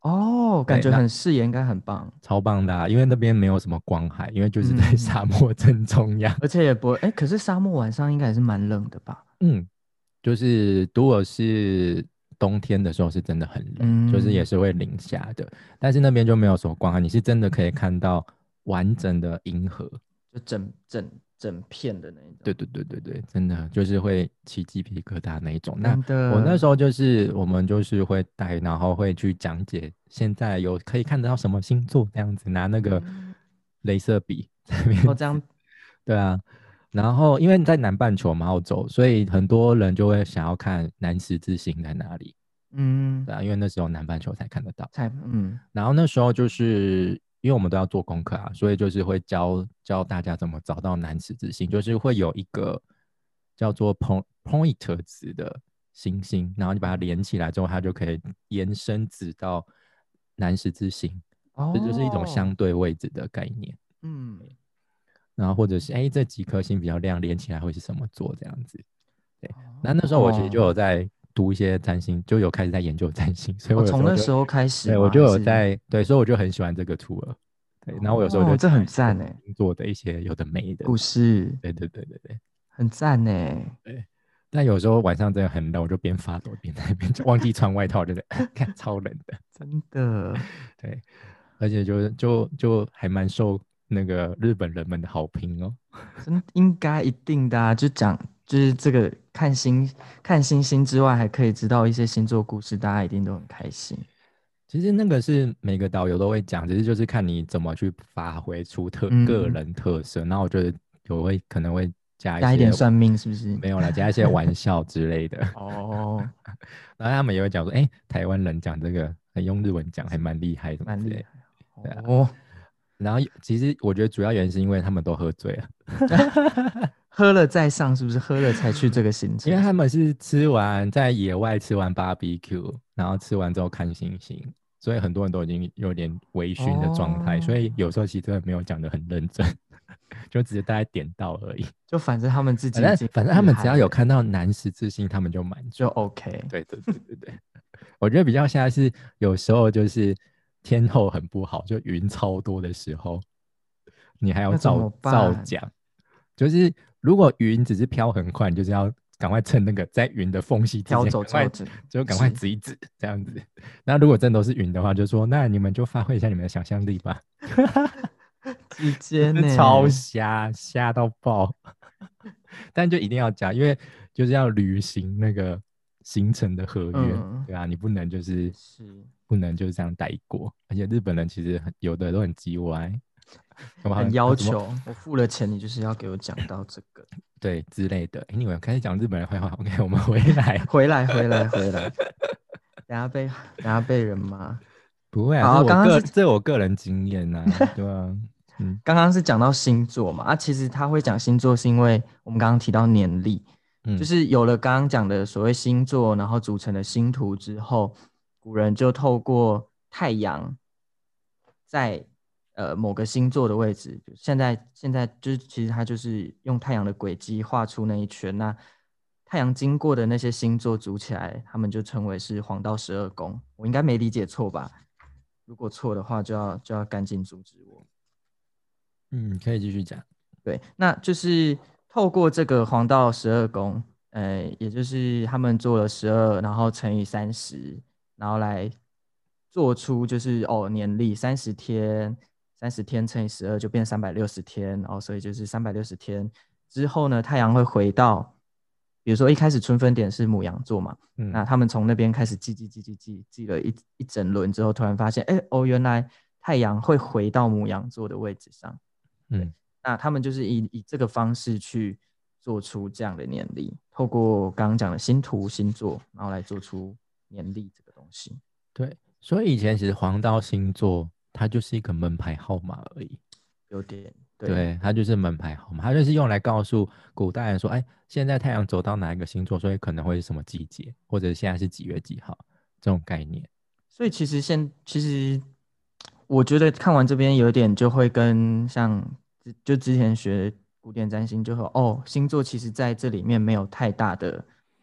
哦，感对，那觉很视野应该很棒。 超棒的啊，因为那边没有什么光害，因为就是在嗯， 沙漠正中央。 而且也不会，哎，可是沙漠晚上应该也是蛮冷的吧？ 嗯，就是如果是冬天的时候是真的很冷，就是也嗯， 是会零下的，但是那边就没有什么光害，你是真的可以看到完整的银河。 就整整整片的那种， 对对对对对，真的就是会起鸡皮疙瘩那一种。那真我那的。 时候就是我们就是会带，然后会去讲解现在有可以看得到什么星座这样子，拿那个嗯， 镭射笔在那边指。 哦这样， 对啊，然后因为在南半球嘛，澳洲，所以很多人就会想要看南十字星在哪里。 嗯， 对啊，因为那时候南半球才看得到。 才嗯， 然后那时候就是因为我们都要做功课啊，所以就是会教教大家怎么找到南十字星，就是会有一个叫做 point point 值的星星，然后你把它连起来之后，它就可以延伸指到南十字星，这就是一种哦， 相对位置的概念。 嗯， 然后或者是哎这几颗星比较亮，连起来会是什么座这样子。对，那那时候我其实就哦， 有在读一些占星，就有开始在研究占星，所以哦， 我有时候就从那时候开始吗？ 对我就还是有在对，所以我就很喜欢这个 tour。对，然后我有时候就哦，这很讲一些赞哎， 星座的一些有的没的故这样。 事对对对对对很赞哎， 对。但有时候晚上真的很冷，我就边发抖边在那边忘记穿外套，就是看超冷的。 真的， 对，而且就就就还蛮受那个日本人们的好评哦。 真应该一定的啊，就讲就是这个看星看星星之外，还可以知道一些星座故事，大家一定都很开心。 其实那个是每个导游都会讲，只是就是看你怎么去发挥出特个嗯， 人特色。然后我觉得有会可能会加一加一点些算命是不是？ 没有啦，加一些玩笑之类的。 哦， 然后他们也会讲说，哎、台湾人讲这个，还用日文讲，还蛮厉害，什么之类的。 蛮厉害。 对啊。 哦， 然后其实我觉得主要原因是因为他们都喝醉了。 喝了再上是不是？喝了才去这个行程？ 因为他们是吃完在野外吃完 barbecue，然后吃完之后看星星，所以很多人都已经有点微醺的状态，所哦， 以有时候其实真的没有讲得很认真。就只是大概点到而已。 就反正他们自反己已经正反正他厉们只要有害了， 看到南十字星，他们就满就足。 OK。 对对对对对。我觉得比较像是有时候就是天候很不好，就云超多的时候，你还要照那怎么办？ 照讲。就是如果云只是飘很快，你就是要赶快趁那个在云的缝隙之飘间，赶快走之后指就赶快指指一指这样子。那如果真的都是云的话，就说那你们就发挥一下你们的想象力吧。 直接超呢？ 瞎，瞎到爆。但就一定要加，因为就是要履行那个行程的合约。 嗯， 对啊，你不能就是也是不能就是这样带过。而且日本人其实很有的都很叽歪，什么好很像啊什么要求，我付了钱，你就是要给我讲到这个。 对之类的。哎，你们开始讲日本人坏话，OK，我们回来。 回来，回来，回来，等下被等下被人骂。 不会啊，这是好， 我个刚刚是这是我个人经验呐、啊，对啊。嗯刚刚是讲到星座嘛，啊，其实他会讲星座，是因为我们刚刚提到年历，就嗯是有了刚刚讲的所谓星座，然后组成的星图之后，古人就透过太阳在呃某个星座的位置，现在现在就是其实它就是用太阳的轨迹画出那一圈，那太阳经过的那些星座组起来，他们就称为是黄道十二宫。我应该没理解错吧？如果错的话，就要就要赶紧阻止我。 嗯，可以继续讲。 对，那就是透过这个黄道十二宫，呃，也就是他们做了十二，然后乘以三十，然后来做出就是哦年历三十天，三十天乘以十二就变三百六十天，然后所以就是三百六十天之后呢，太阳会回到，比如说一开始春分点是牡羊座嘛，那嗯他们从那边开始记记记记记记了一一整轮之后，突然发现，哎哦，原来太阳会回到牡羊座的位置上。 嗯那他们就是以以这个方式去做出这样的年历，透过刚刚讲的星图星座，然后来做出年历这个东西。 对，所以以前其实黄道星座它就是一个门牌号码而已。 有点对， 对，它就是门牌号码，它就是用来告诉古代人说，哎，现在太阳走到哪一个星座，所以可能会是什么季节，或者现在是几月几号这种概念。 所以其实现其实我觉得看完这边有一点就会跟像就之前学古典占星就说哦，星座其实在这里面没有太大的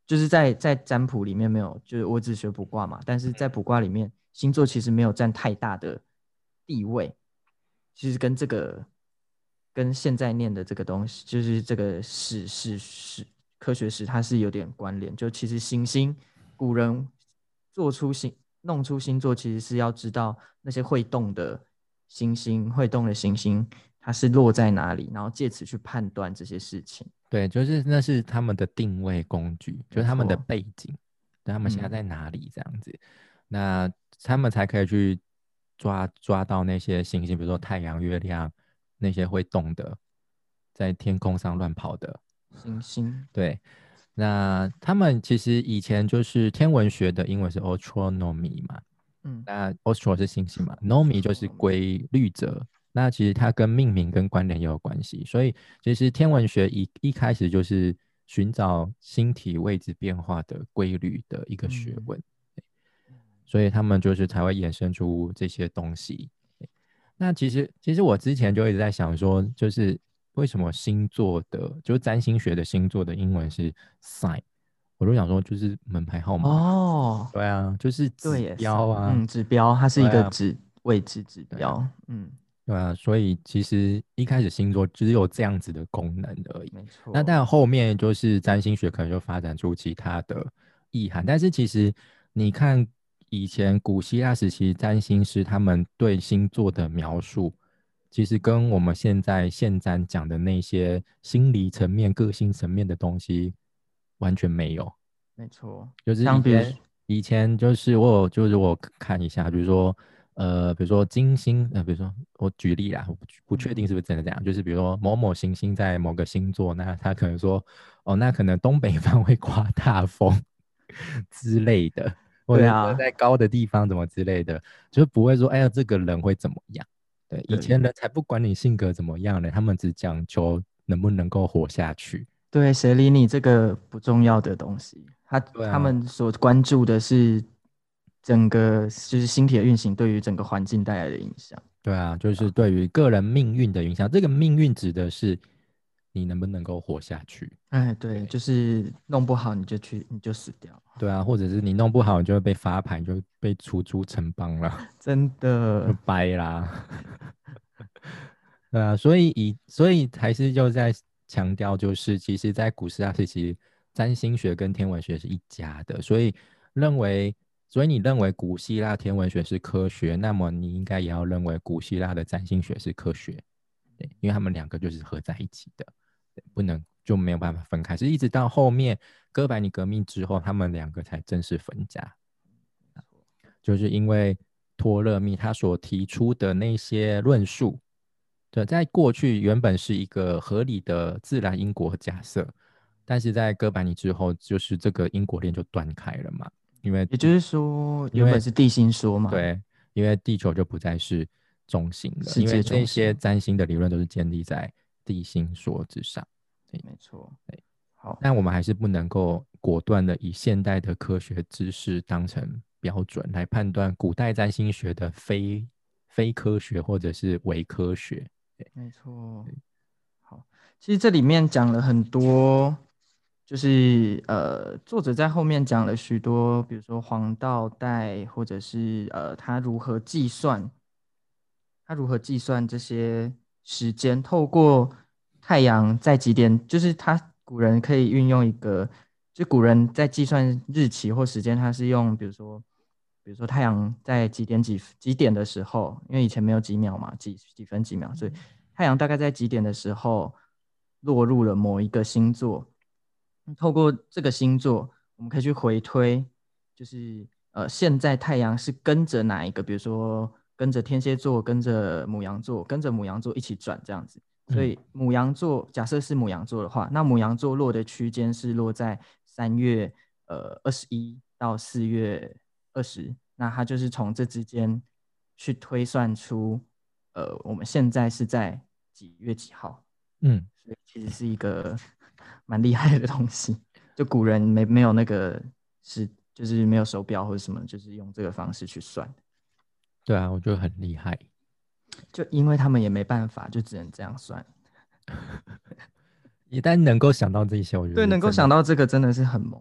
就是在在占卜里面没有，就是我只学卜卦嘛，但是在卜卦里面，星座其实没有占太大的地位，其实跟这个跟现在念的这个东西，就是这个史史史科学史，它是有点关联。就其实行星，古人做出星弄出星座，其实是要知道那些会动的星星、会动的行星，它是落在哪里，然后借此去判断这些事情。 对，就是那是他们的定位工具，就是他们的背景，对他们现在在哪里这样子，嗯、那他们才可以去抓抓到那些行星，比如说太阳、月亮那些会动的，在天空上乱跑的行星。 对，那他们其实以前就是天文学的英文是 astronomy 嘛，嗯，那 astro 是星星嘛 ，nomy 就是规律者。那其实它跟命名跟关联也有关系，所以其实天文学一一开始就是寻找星体位置变化的规律的一个学问，嗯、所以他们就是才会衍生出这些东西。那其实其实我之前就一直在想说，就是为什么星座的，就是占星学的星座的英文是 sign， 我就想说就是门牌号码哦，对啊，就是指标啊， 嗯，指标，它是一个指、啊、位置指标，啊、嗯。 对啊，所以其实一开始星座只有这样子的功能而已。没错。那但后面就是占星学可能就发展出其他的意涵。但是其实你看以前古希腊时期占星师他们对星座的描述，其实跟我们现在现占讲的那些心理层面、个性层面的东西完全没有。 没错。 就是以前以前就是我有就是我看一下，比如说。呃，比如说金星，呃，比如说我举例啦，我不不确定是不是真的这样，嗯、就是比如说某某行星在某个星座，那他可能说，哦，那可能东北方会刮大风之类的，或者说在高的地方怎么之类的，就不会说，哎呀，这个人会怎么样？对，以前人才不管你性格怎么样呢，他们只讲求能不能够活下去。 对，谁理你这个不重要的东西？他、啊、他们所关注的是。整个就是星体的运行对于整个环境带来的影响。 对啊，就是对于个人命运的影响。这个命运指的是你能不能够活下去。 哎，对，对就是弄不好你就去，你就死掉。 对啊，或者是你弄不好，你就会被发牌，就被除诸城邦了。 真的， 就掰啦。对啊，所以以所以还是就在强调，就是其实，在古希腊时期，占星学跟天文学是一家的，所以认为。所以你认为古希腊天文学是科学，那么你应该也要认为古希腊的占星学是科学，对，因为他们两个就是合在一起的，对，不能就没有办法分开，是一直到后面哥白尼革命之后，他们两个才正式分家，就是因为托勒密他所提出的那些论述，对，在过去原本是一个合理的自然因果假设，但是在哥白尼之后，就是这个因果链就断开了嘛。因为也就是说，原本是地心说嘛， 对，因为地球就不再是中心了，因为这些占星的理论都是建立在地心说之上。对， 没错。对，好， 但我们还是不能够果断的以现代的科学知识当成标准来判断古代占星学的非非科学或者是伪科学。对， 没错。好，其实这里面讲了很多。就是呃，作者在后面讲了许多，比如说黄道带，或者是呃，他如何计算，他如何计算这些时间，透过太阳在几点，就是他古人可以运用一个，就古人在计算日期或时间，他是用比如说，比如说太阳在几点几几点的时候，因为以前没有几秒嘛，几几分几秒，所以太阳大概在几点的时候落入了某一个星座。透过这个星座，我们可以去回推，就是呃，现在太阳是跟着哪一个？比如说跟着天蝎座，跟着牡羊座，跟着牡羊座一起转这样子。所以牡羊座，假设是牡羊座的话，那牡羊座落的区间是落在三月呃二十一到四月二十，那它就是从这之间去推算出，呃，我们现在是在几月几号？嗯，所以其实是一个。蛮厉害的东西，就古人没没有那个是，就是没有手表或者什么，就是用这个方式去算。 对啊，我觉得很厉害。 就因为他们也没办法，就只能这样算。 一旦能够想到这些，我觉得对，能够想到这个真的是很猛。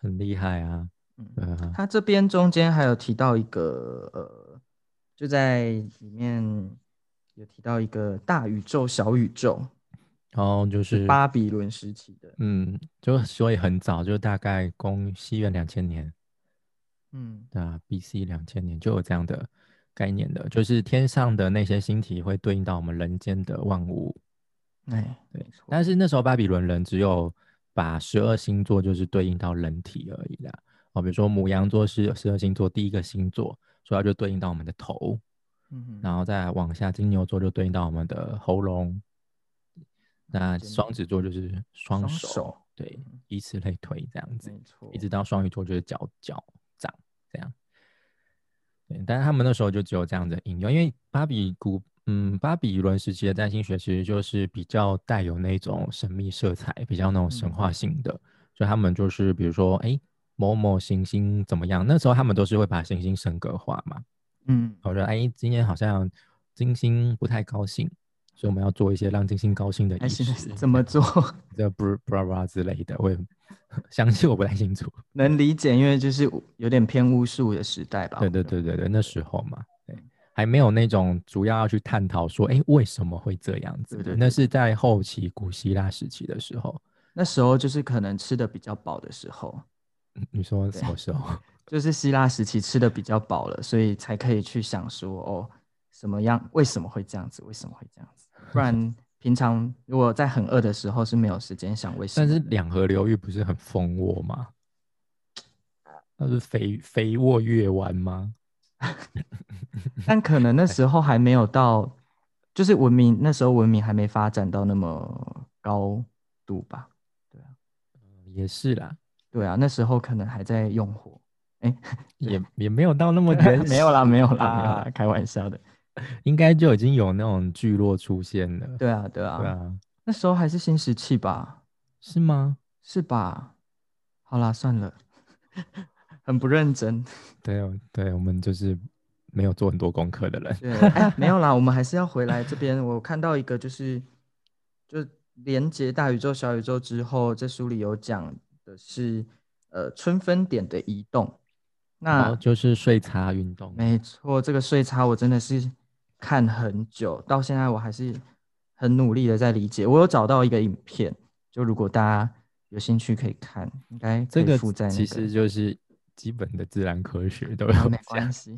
很厉害啊。 嗯， 对啊， 他这边中间还有提到一个呃，就在里面有提到一个大宇宙、小宇宙， 然后就是是巴比伦时期的。 嗯，就所以很早，就大概公西元两千年， 嗯， 对啊，B C 两千年就有这样的概念的，就是天上的那些星体会对应到我们人间的万物。 哎， 对， 没错。 但是那时候巴比伦人只有把十二星座就是对应到人体而已啦。哦，比如说母羊座是十二星座第一个星座，所以它就对应到我们的头， 嗯哼， 然后再往下金牛座就对应到我们的喉咙，那肩双子座就是双手， 双手。 对， 嗯， 以此类推这样子， 没错。 一直到双鱼座就是脚脚掌这样。对，但是他们那时候就只有这样的应用，因为巴比古，嗯，巴比伦时期的占星学其实就是比较带有那种神秘色彩，比较那种神嗯话性的，所以他们就是比如说，哎，某某行星怎么样？那时候他们都是会把行星神格化嘛。 嗯， 我说，哎，今天好像金星不太高兴，所以我们要做一些让金星高兴的还行， 仪式， 怎么做？ 这布布拉布拉之类的，我也详细我不太清楚。 能理解，因为就是有点偏巫术的时代吧， 对我认为。 对对对对，那时候嘛，对， 嗯， 还没有那种主要要去探讨说，哎，为什么会这样子的？ 对对那是对对对， 在后期古希腊时期的时候。 那时候就是可能吃的比较饱的时候。 嗯你说对， 什么时候？ 就是希腊时期吃的比较饱了，所以才可以去想说，哦，什么样，为什么会这样子？为什么会这样子？不然平常如果在很饿的时候是没有时间想为什但是么的。 两河流域不是很蜂窝吗？那是肥肥沃月湾吗？ 但可能那时候还没有到，就是文明那时候文明还没发展到那么高度吧？对啊， 也是啦， 对啊，那时候可能还在用火。哎，对， 也也没有到那么原没有啦， 始没有啦，没有啦， 啦，开玩笑的。 应该就已经有那种聚落出现了。 对啊，对啊， 对啊， 那时候还是新石器吧？ 是吗？ 是吧？好啦，算了，很不认真。 对哦，对，我们就是没有做很多功课的人。 对，哎，没有啦，我们还是要回来这边。我看到一个，就是就连接大宇宙、小宇宙之后，这书里有讲的是呃春分点的移动。 然后那就是睡茶运动。 没错，这个岁差我真的是看很久，到现在我还是很努力的在理解。我有找到一个影片，就如果大家有兴趣可以看，应该可这个以附在那其个。 实就是基本的自然科学都啊， 有没讲。 关系，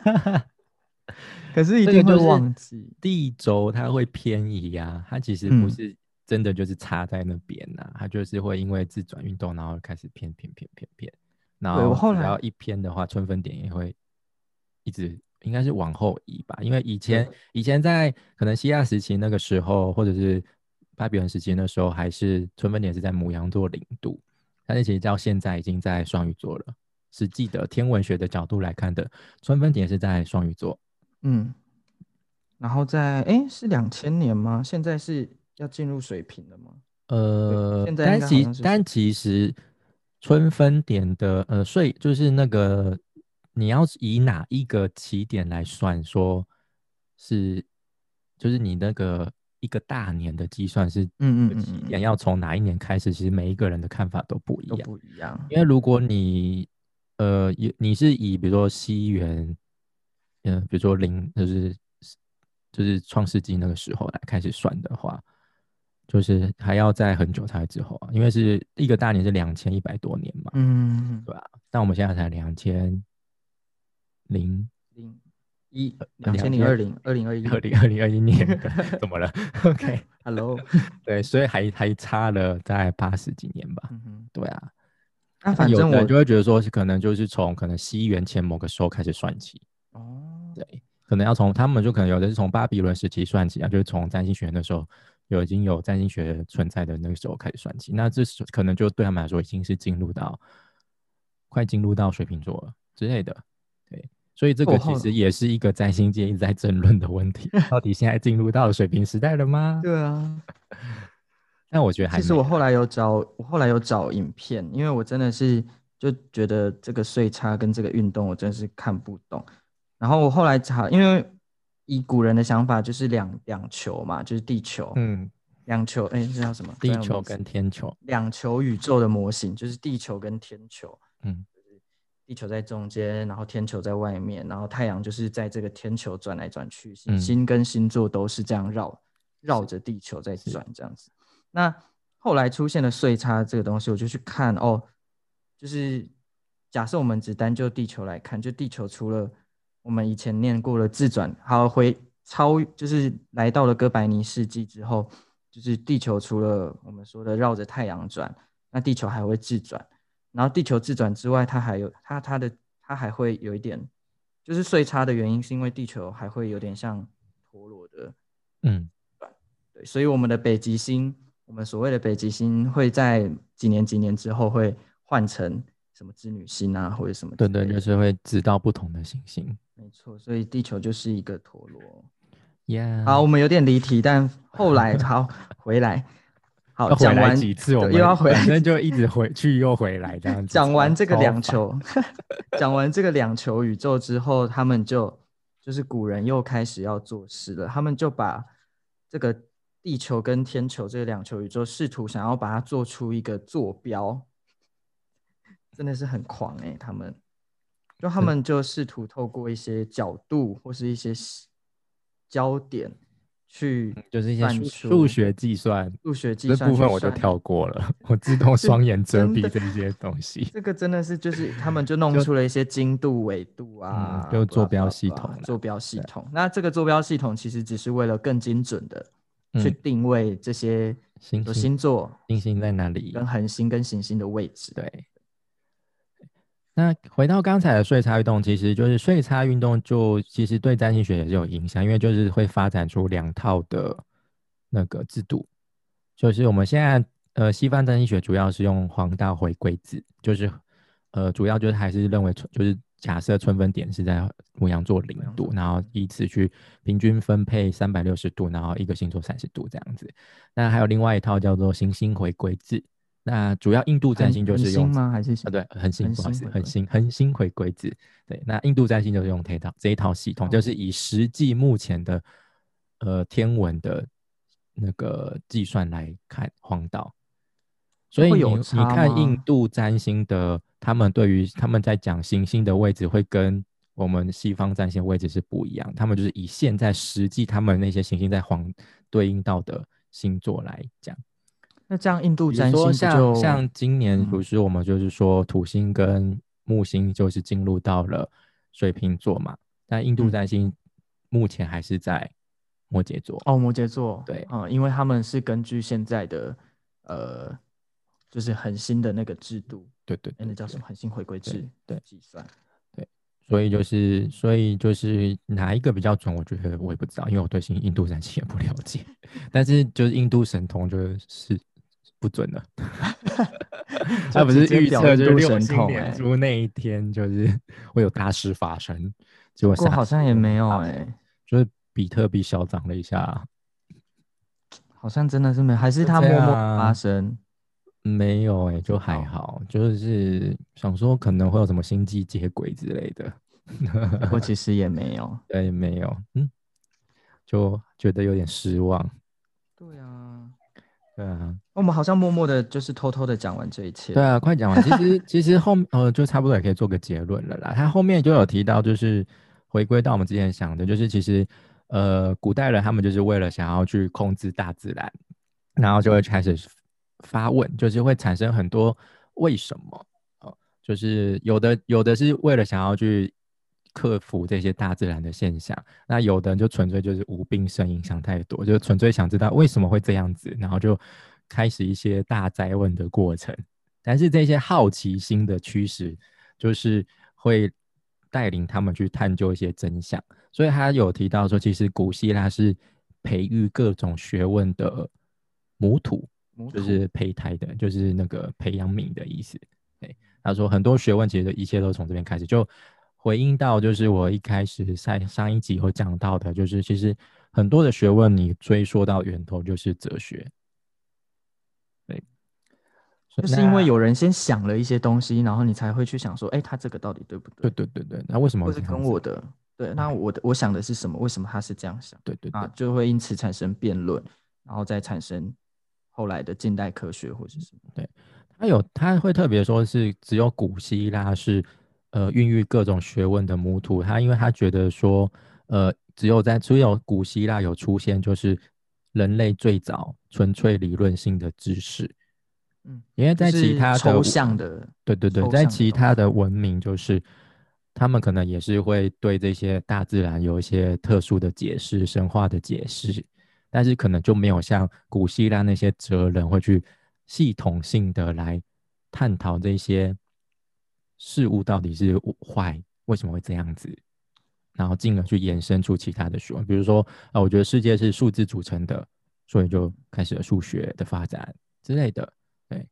可是一这定会个就是忘记。 地轴它会偏移呀、它其实不嗯， 是真的就是插在那边呐、它就是会因为自转运动，然后开始偏偏偏偏偏，然对，我后后来只要一偏的话，春分点也会一直应该是往后移吧，因为以前对， 以前在可能希腊时期那个时候，或者是巴比伦时期那时候，还是春分点是在牡羊座零度，但是其实到现在已经在双鱼座了。实际的天文学的角度来看的，春分点是在双鱼座。 嗯，然后在哎是两千年吗？现在是要进入水平了吗？对， 呃， 现在应该好但其但像是水平。 其实春分点的呃税就是那个你要以哪一个起点来算，说是就是你那个一个大年的计算是嗯嗯的嗯嗯嗯， 起点要从哪一年开始，其实每一个人的看法都不一都样。 不一样。 因为如果你呃以你是以比如说西元，嗯、呃比如说零就是就是创世纪那个时候来开始算的话。就是还要在很久才之后啊，因为是一个大年是两千一百多年嘛， 嗯， 对吧、但我们现在才两千零零一呃两千两千零二零二零二一。 二零二零二一年的，怎么了？OK， Hello。 对，所以还还差了在八十几年吧， 嗯哼， 对啊。 那那有的人反正我就会觉得说，可能就是从可能西元前某个时候开始算起， 哦， 对，可能要从他们就可能有的是从巴比伦时期算起啊，就是从占星学那时候有已经有占星学存在的那个时候开始算起，那这时可能就对他们来说已经是进入到快进入到水瓶座了之类的，对，所以这个其我后实也是一个占星界一直在争论的问题，到底现在进入到了水瓶时代了吗？ 对啊， 但我觉得还其实没啦。 我后来有找，我后来有找影片，因为我真的是就觉得这个岁差跟这个运动我真的是看不懂。然后我后来查，因为以古人的想法就是两两球嘛，就是地球。 嗯两球，哎，这叫什么？ 地球跟天球， 两球宇宙的模型，就是地球跟天球。 嗯， 地球在中间，然后天球在外面，然后太阳就是在这个天球转来转去，行星跟星座都是这样绕绕着地球在转这样子。那后来出现了岁差这个东西，我就去看哦，就是假设我们只单就地球来看，就地球除了我们以前念过了自转，好回超就是来到了哥白尼世纪之后，就是地球除了我们说的绕着太阳转，那地球还会自转。然后地球自转之外，它还有它它的它还会有一点，就是岁差的原因是因为地球还会有点像陀螺的， 嗯， 对，所以我们的北极星，我们所谓的北极星会在几年几年之后会换成什么织女星啊，或者什么之类的， 对对，就是会知道不同的行星， 没错，所以地球就是一个陀螺。 Yeah， 好，我们有点离题，但后来好回来。好， 要回来讲完几次，我们又要回来， 反正就一直回去又回来这样子。 讲完这个两球，讲完这个两球宇宙之后，他们就就是古人又开始要做事了。他们就把这个地球跟天球这个两球宇宙，试图想要把它做出一个坐标，真的是很狂哎、欸！他们就他们就试图透过一些角度或是一些焦点。去就是一些数数学计算， 数学计算这部分我就跳过了，我自动双眼遮蔽这些东西。 这个真的是就是他们就弄出了一些精度、纬度啊， 嗯，就坐标系统， 坐标系统。那这个坐标系统其实只是为了更精准的去定位这些星星座、 星星在哪里， 跟恒星跟行星的位置。 对。那回到刚才的岁差运动，其实就是岁差运动就其实对占星学也是有影响，因为就是会发展出两套的那个制度，就是我们现在呃西方占星学主要是用黄道回归制，就是呃主要就是还是认为就是假设春分点是在牡羊座零度，然后以此去平均分配三百六十度，然后一个星座三十度这样子。那还有另外一套叫做行星回归制。那主要印度占星就是用恒星吗？还是啊？对，恒星，不好意思，恒星，恒星回归制。对，那印度占星就是用这一套这一套系统，就是以实际目前的呃天文的那个计算来看黄道。所以你你看印度占星的，他们对于他们在讲行星的位置会跟我们西方占星的位置是不一样，他们就是以现在实际他们那些行星在黄对应到的星座来讲。 那这样印度占星就像像今年，不是我们就是说土星跟木星就是进入到了水瓶座嘛，但印度占星目前还是在摩羯座。 哦，摩羯座， 对， 嗯，因为他们是根据现在的呃，就是恒星的那个制度， 对对对， 那叫什么恒星回归制对计算， 对，所以就是所以就是哪一个比较准，我觉得我也不知道，因为我对新印度占星也不了解，但是就是印度神童就是不准了。他不是预测就是六星连珠那一天就是会有大事发生，结果好像也没有哎、欸， 就是比特币小涨了一下， 好像真的是没有，还是他默默发生？ 没有哎、欸，就还好，就是想说可能会有什么星际接轨之类的， 不过其实也没有， 对，没有，嗯，就觉得有点失望。 对啊。 对啊， 我们好像默默的，就是偷偷的讲完这一切。 对啊，快讲完。其实其实后呃，就差不多也可以做个结论了啦。他后面就有提到，就是回归到我们之前想的，就是其实呃，古代人他们就是为了想要去控制大自然，然后就会开始发问，就是会产生很多为什么哦，就是有的有的是为了想要去克服这些大自然的现象，那有的人就纯粹就是无病呻吟，想太多，就纯粹想知道为什么会这样子，然后就开始一些大哉问的过程。但是这些好奇心的驱使，就是会带领他们去探究一些真相。所以他有提到说，其实古希腊是培育各种学问的母土，就是胚胎的，就是那个培养皿的意思。对，他说很多学问其实一切都从这边开始，就回应到就是我一开始在上一集有讲到的，就是其实很多的学问你追溯到源头就是哲学。对， 就是因为有人先想了一些东西，然后你才会去想说，哎，他这个到底对不对？ 对对对对，那为什么会是跟我的？对，那我的我想的是什么？为什么他是这样想？ 对对对， 啊，就会因此产生辩论，然然后再产生后来的近代科学或是什么。 对，他有他会特别说是只有古希腊是呃孕育各种学问的母土，他因为他觉得说呃只有在只有古希腊有出现就是人类最早纯粹理论性的知识， 嗯， 因为在其就是抽他的象的对对对， 抽在其他象的东西。 的文明就是他们可能也是会对这些大自然有一些特殊的解释、神话的解释，但是可能就没有像古希腊那些哲人会去系统性的来探讨这些事物到底是坏，为什么会这样子，然后进而去衍生出其他的学问，比如说啊、呃我觉得世界是数字组成的，所以就开始了数学的发展之类的。对，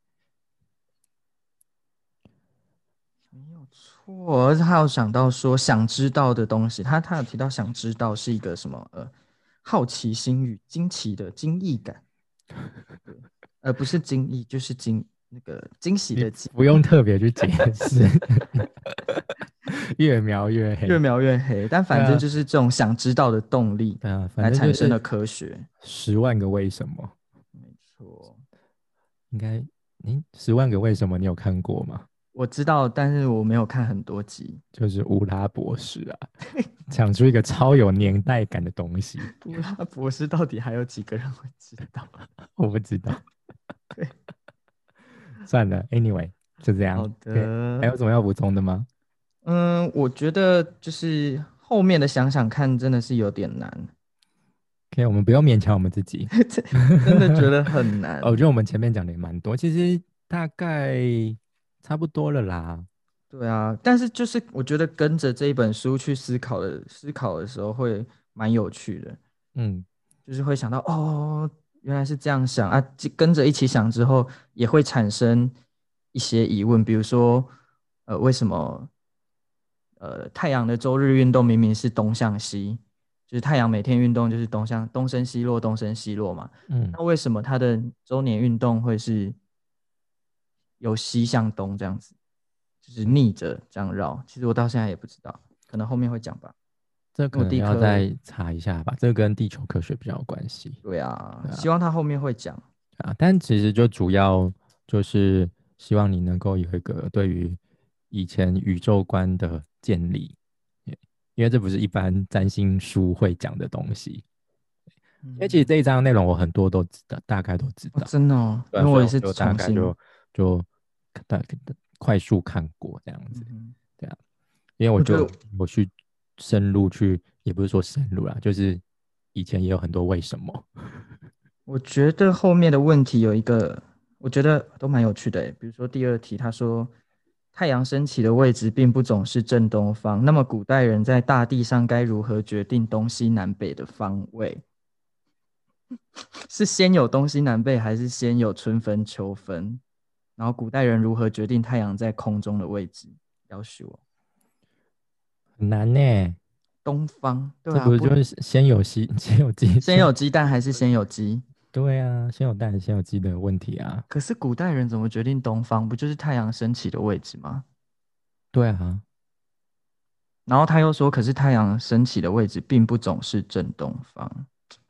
没有错，而且他有想到说想知道的东西，他他有提到想知道是一个什么呃好奇心与惊奇的惊异感，对，而不是惊异就是惊那个惊喜你的惊， 不用特别去解释，越描越黑。 越描越黑。但对啊， 反正就是这种想知道的动力对啊，反来正就是产生了科学。 十万个为什么， 没错， 应该，你十万个为什么你有看过吗？ 我知道，但是我没有看很多集。 就是乌拉博士啊，讲出一个超有年代感的东西， 布拉博士到底还有几个人会知道？ 我不知道， 对， 算了，anyway 就这样。 好对，还的。 有什么要补充的吗嗯，我觉得就是后面的想想看，真的是有点难， ？OK，我们不要勉强我们自己。 真的觉得很难。 哦我觉得我们前面讲的也蛮多，其实大概差不多了啦。 对啊，但是就是我觉得跟着这一本书去思考的思考的时候，会蛮有趣的， 嗯， 就是会想到哦，原来是这样想啊，就跟着一起想之后，也会产生一些疑问，比如说，呃，为什么呃太阳的周日运动明明是东向西，就是太阳每天运动就是东向东升西落，东升西落嘛， 嗯， 那为什么它的周年运动会是由西向东这样子？就是逆着这样绕。其实我到现在也不知道，可能后面会讲吧。因为我这可能地科， 要再查一下吧，这跟地球科学比较有关系。 对啊， 对啊， 希望他后面会讲。 啊，但其实就主要就是希望你能够有一个对于以前宇宙观的建立，因因为这不是一般占星书会讲的东西。因为其实嗯， 这一章内容我很多都知道，大概都知哦， 道， 真的哦， 对啊， 因为我也是所以我就大重新， 概就就大快速看过这样子， 嗯哼， 对啊，因为我就我觉得， 我去深入去，也不是说深入啦，就是以前也有很多为什么， 我觉得后面的问题有一个，我觉得都蛮有趣的诶。比如说第二题，他说太阳升起的位置并不总是正东方，那么古代人在大地上该如何决定东西南北的方位？是先有东西南北，还是先有春分秋分？然后古代人如何决定太阳在空中的位置？要许我很难呢。 东方，对啊，不， 这不是就是先有鸡先有鸡先有先有鸡蛋还是先有鸡？ 对啊，先有蛋先有鸡的问题啊， 可是古代人怎么决定东方？不就是太阳升起的位置吗？ 对啊， 然后他又说，可是太阳升起的位置并不总是正东方。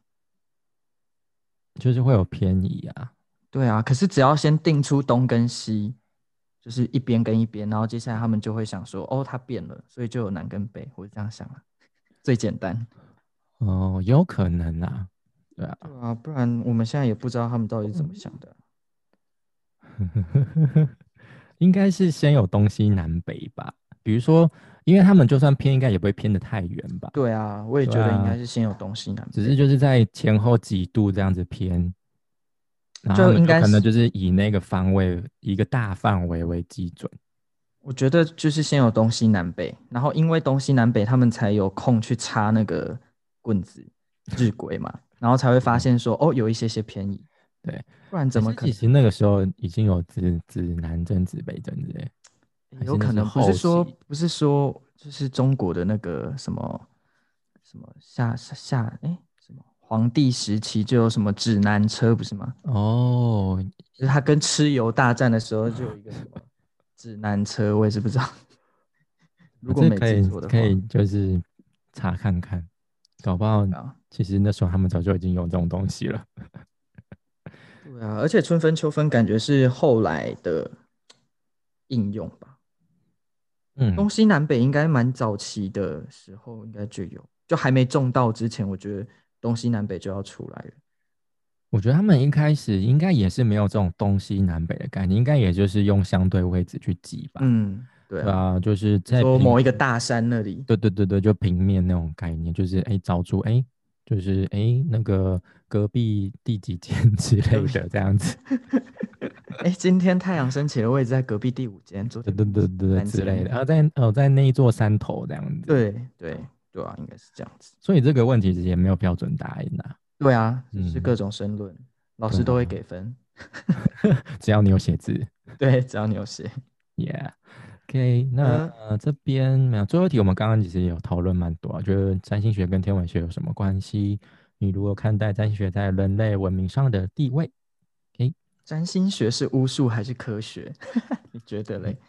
就是会有偏移啊， 对啊，可是只要先定出东跟西，就是一边跟一边，然后接下来他们就会想说，哦，它变了，所以就有南跟北。我是这样想啊，最简单。 哦，有可能啊，对啊， 对啊，不然我们现在也不知道他们到底是怎么想的。 应该是先有东西南北吧，比如说，因为他们就算偏，应该也不会偏得太远吧， 对啊，我也觉得应该对啊， 是先有东西南只是北， 就是在前后几度这样子偏，然后他就们就应该是， 可能就是以那个方位一个大范围为基准， 我觉得就是先有东西南北，然后因为东西南北，他们才有空去插那个棍子日晷嘛，然后才会发嗯， 现说，哦，有一些些偏移， 对。 不然怎么可能？ 还是其实那个时候已经有指指南针、指北针之类，还是那是有可能不是后期？ 说不是说就是中国的那个什么什么夏夏夏哎什么皇帝时期就有什么指南车不是吗？ 哦， 就是他跟蚩尤大战的时候就有一个什么指南车，我也是不知道，如果没记这可以错的话。 可以就是查看看，搞不好对啊， 其实那时候他们早就已经有这种东西了。 对啊，而且春分秋分感觉是后来的应用吧。 嗯， 东西南北应该蛮早期的时候应该就有，就还没种稻之前，我觉得东西南北就要出来了。 我觉得他们一开始应该也是没有这种东西南北的概念，应该也就是用相对位置去记吧。 嗯，对啊， 对啊，就是比如说在平， 某一个大山那里， 对对对对，就平面那种概念，就是哎找出哎，就是哎那个隔壁第几间之隔壁， 类的这样子。 哎，今天太阳升起的位置在隔壁第五间，昨对天第对对对对三间， 之类的，然后在呃在那一座山头这样子， 对对对啊，应该是这样子。 所以这个问题其实也没有标准答案呐、 对啊，就是嗯， 各种申论，老师都会对啊， 给分。 只要你有写字对，只要你有写。 ，Yeah。OK，那呃， 呃这边没有最后一题，我们刚刚其实也有讨论蛮多啊，就是占星学跟天文学有什么关系？你如何看待占星学在人类文明上的地位？OK， 占星学是巫术还是科学？你觉得嘞？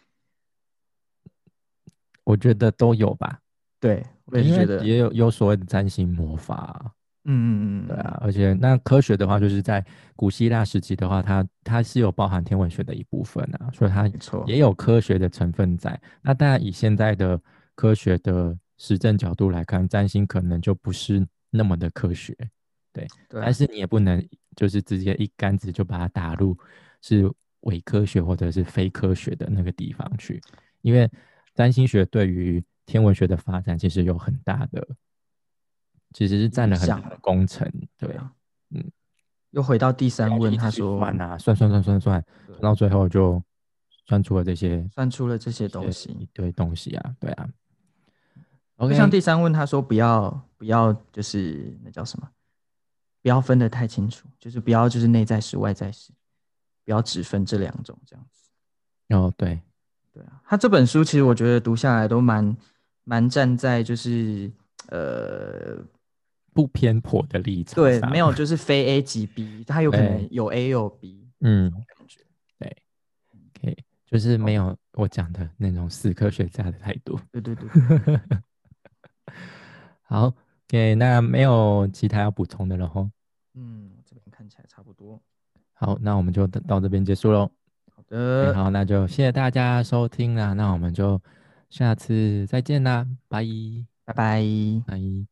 我觉得都有吧， 对，我也是因为觉得， 也有有所谓的占星魔法啊， 嗯嗯嗯嗯嗯， 对啊，而且那科学的话，就是在古希腊时期的话，它它是有包含天文学的一部分啊，所以它没错， 也有科学的成分在。那当然，以现在的科学的实证角度来看，占星可能就不是那么的科学，对。 对啊， 但是你也不能就是直接一竿子就把它打入是伪科学或者是非科学的那个地方去，因为占星学对于天文学的发展其实有很大的。其实是占了很大的影响， 工程，对， 对啊。 嗯， 又回到第然三问， 后就一直去他说， 算啊，算算算算算， 对， 算到最后就算出了这些算出了这些一些东西， 一堆东西啊，对啊就像 ，OK， 第三问他说不要不要就是那叫什么，不要分得太清楚，就是不要就是内在史外在史，不要只分这两种这样子。 哦对， 对啊，他这本书其实我觉得读下来都蛮蛮站在就是呃不偏颇的立场对， 上， 没有就是非 A 即 B，他有可对， 能有 A 有 B 这种嗯， 感觉。 对，OK，就是没哦， 有我讲的那种死科学家的态度。 对对对对对， 好，OK，那没有其他要补充的了吼。 嗯，这边看起来差不多。 好，那我们就到这边结束喽。 好 OK， 的， 好，那就谢谢大家收听啦，那我们就下次再见啦，拜拜拜。 拜。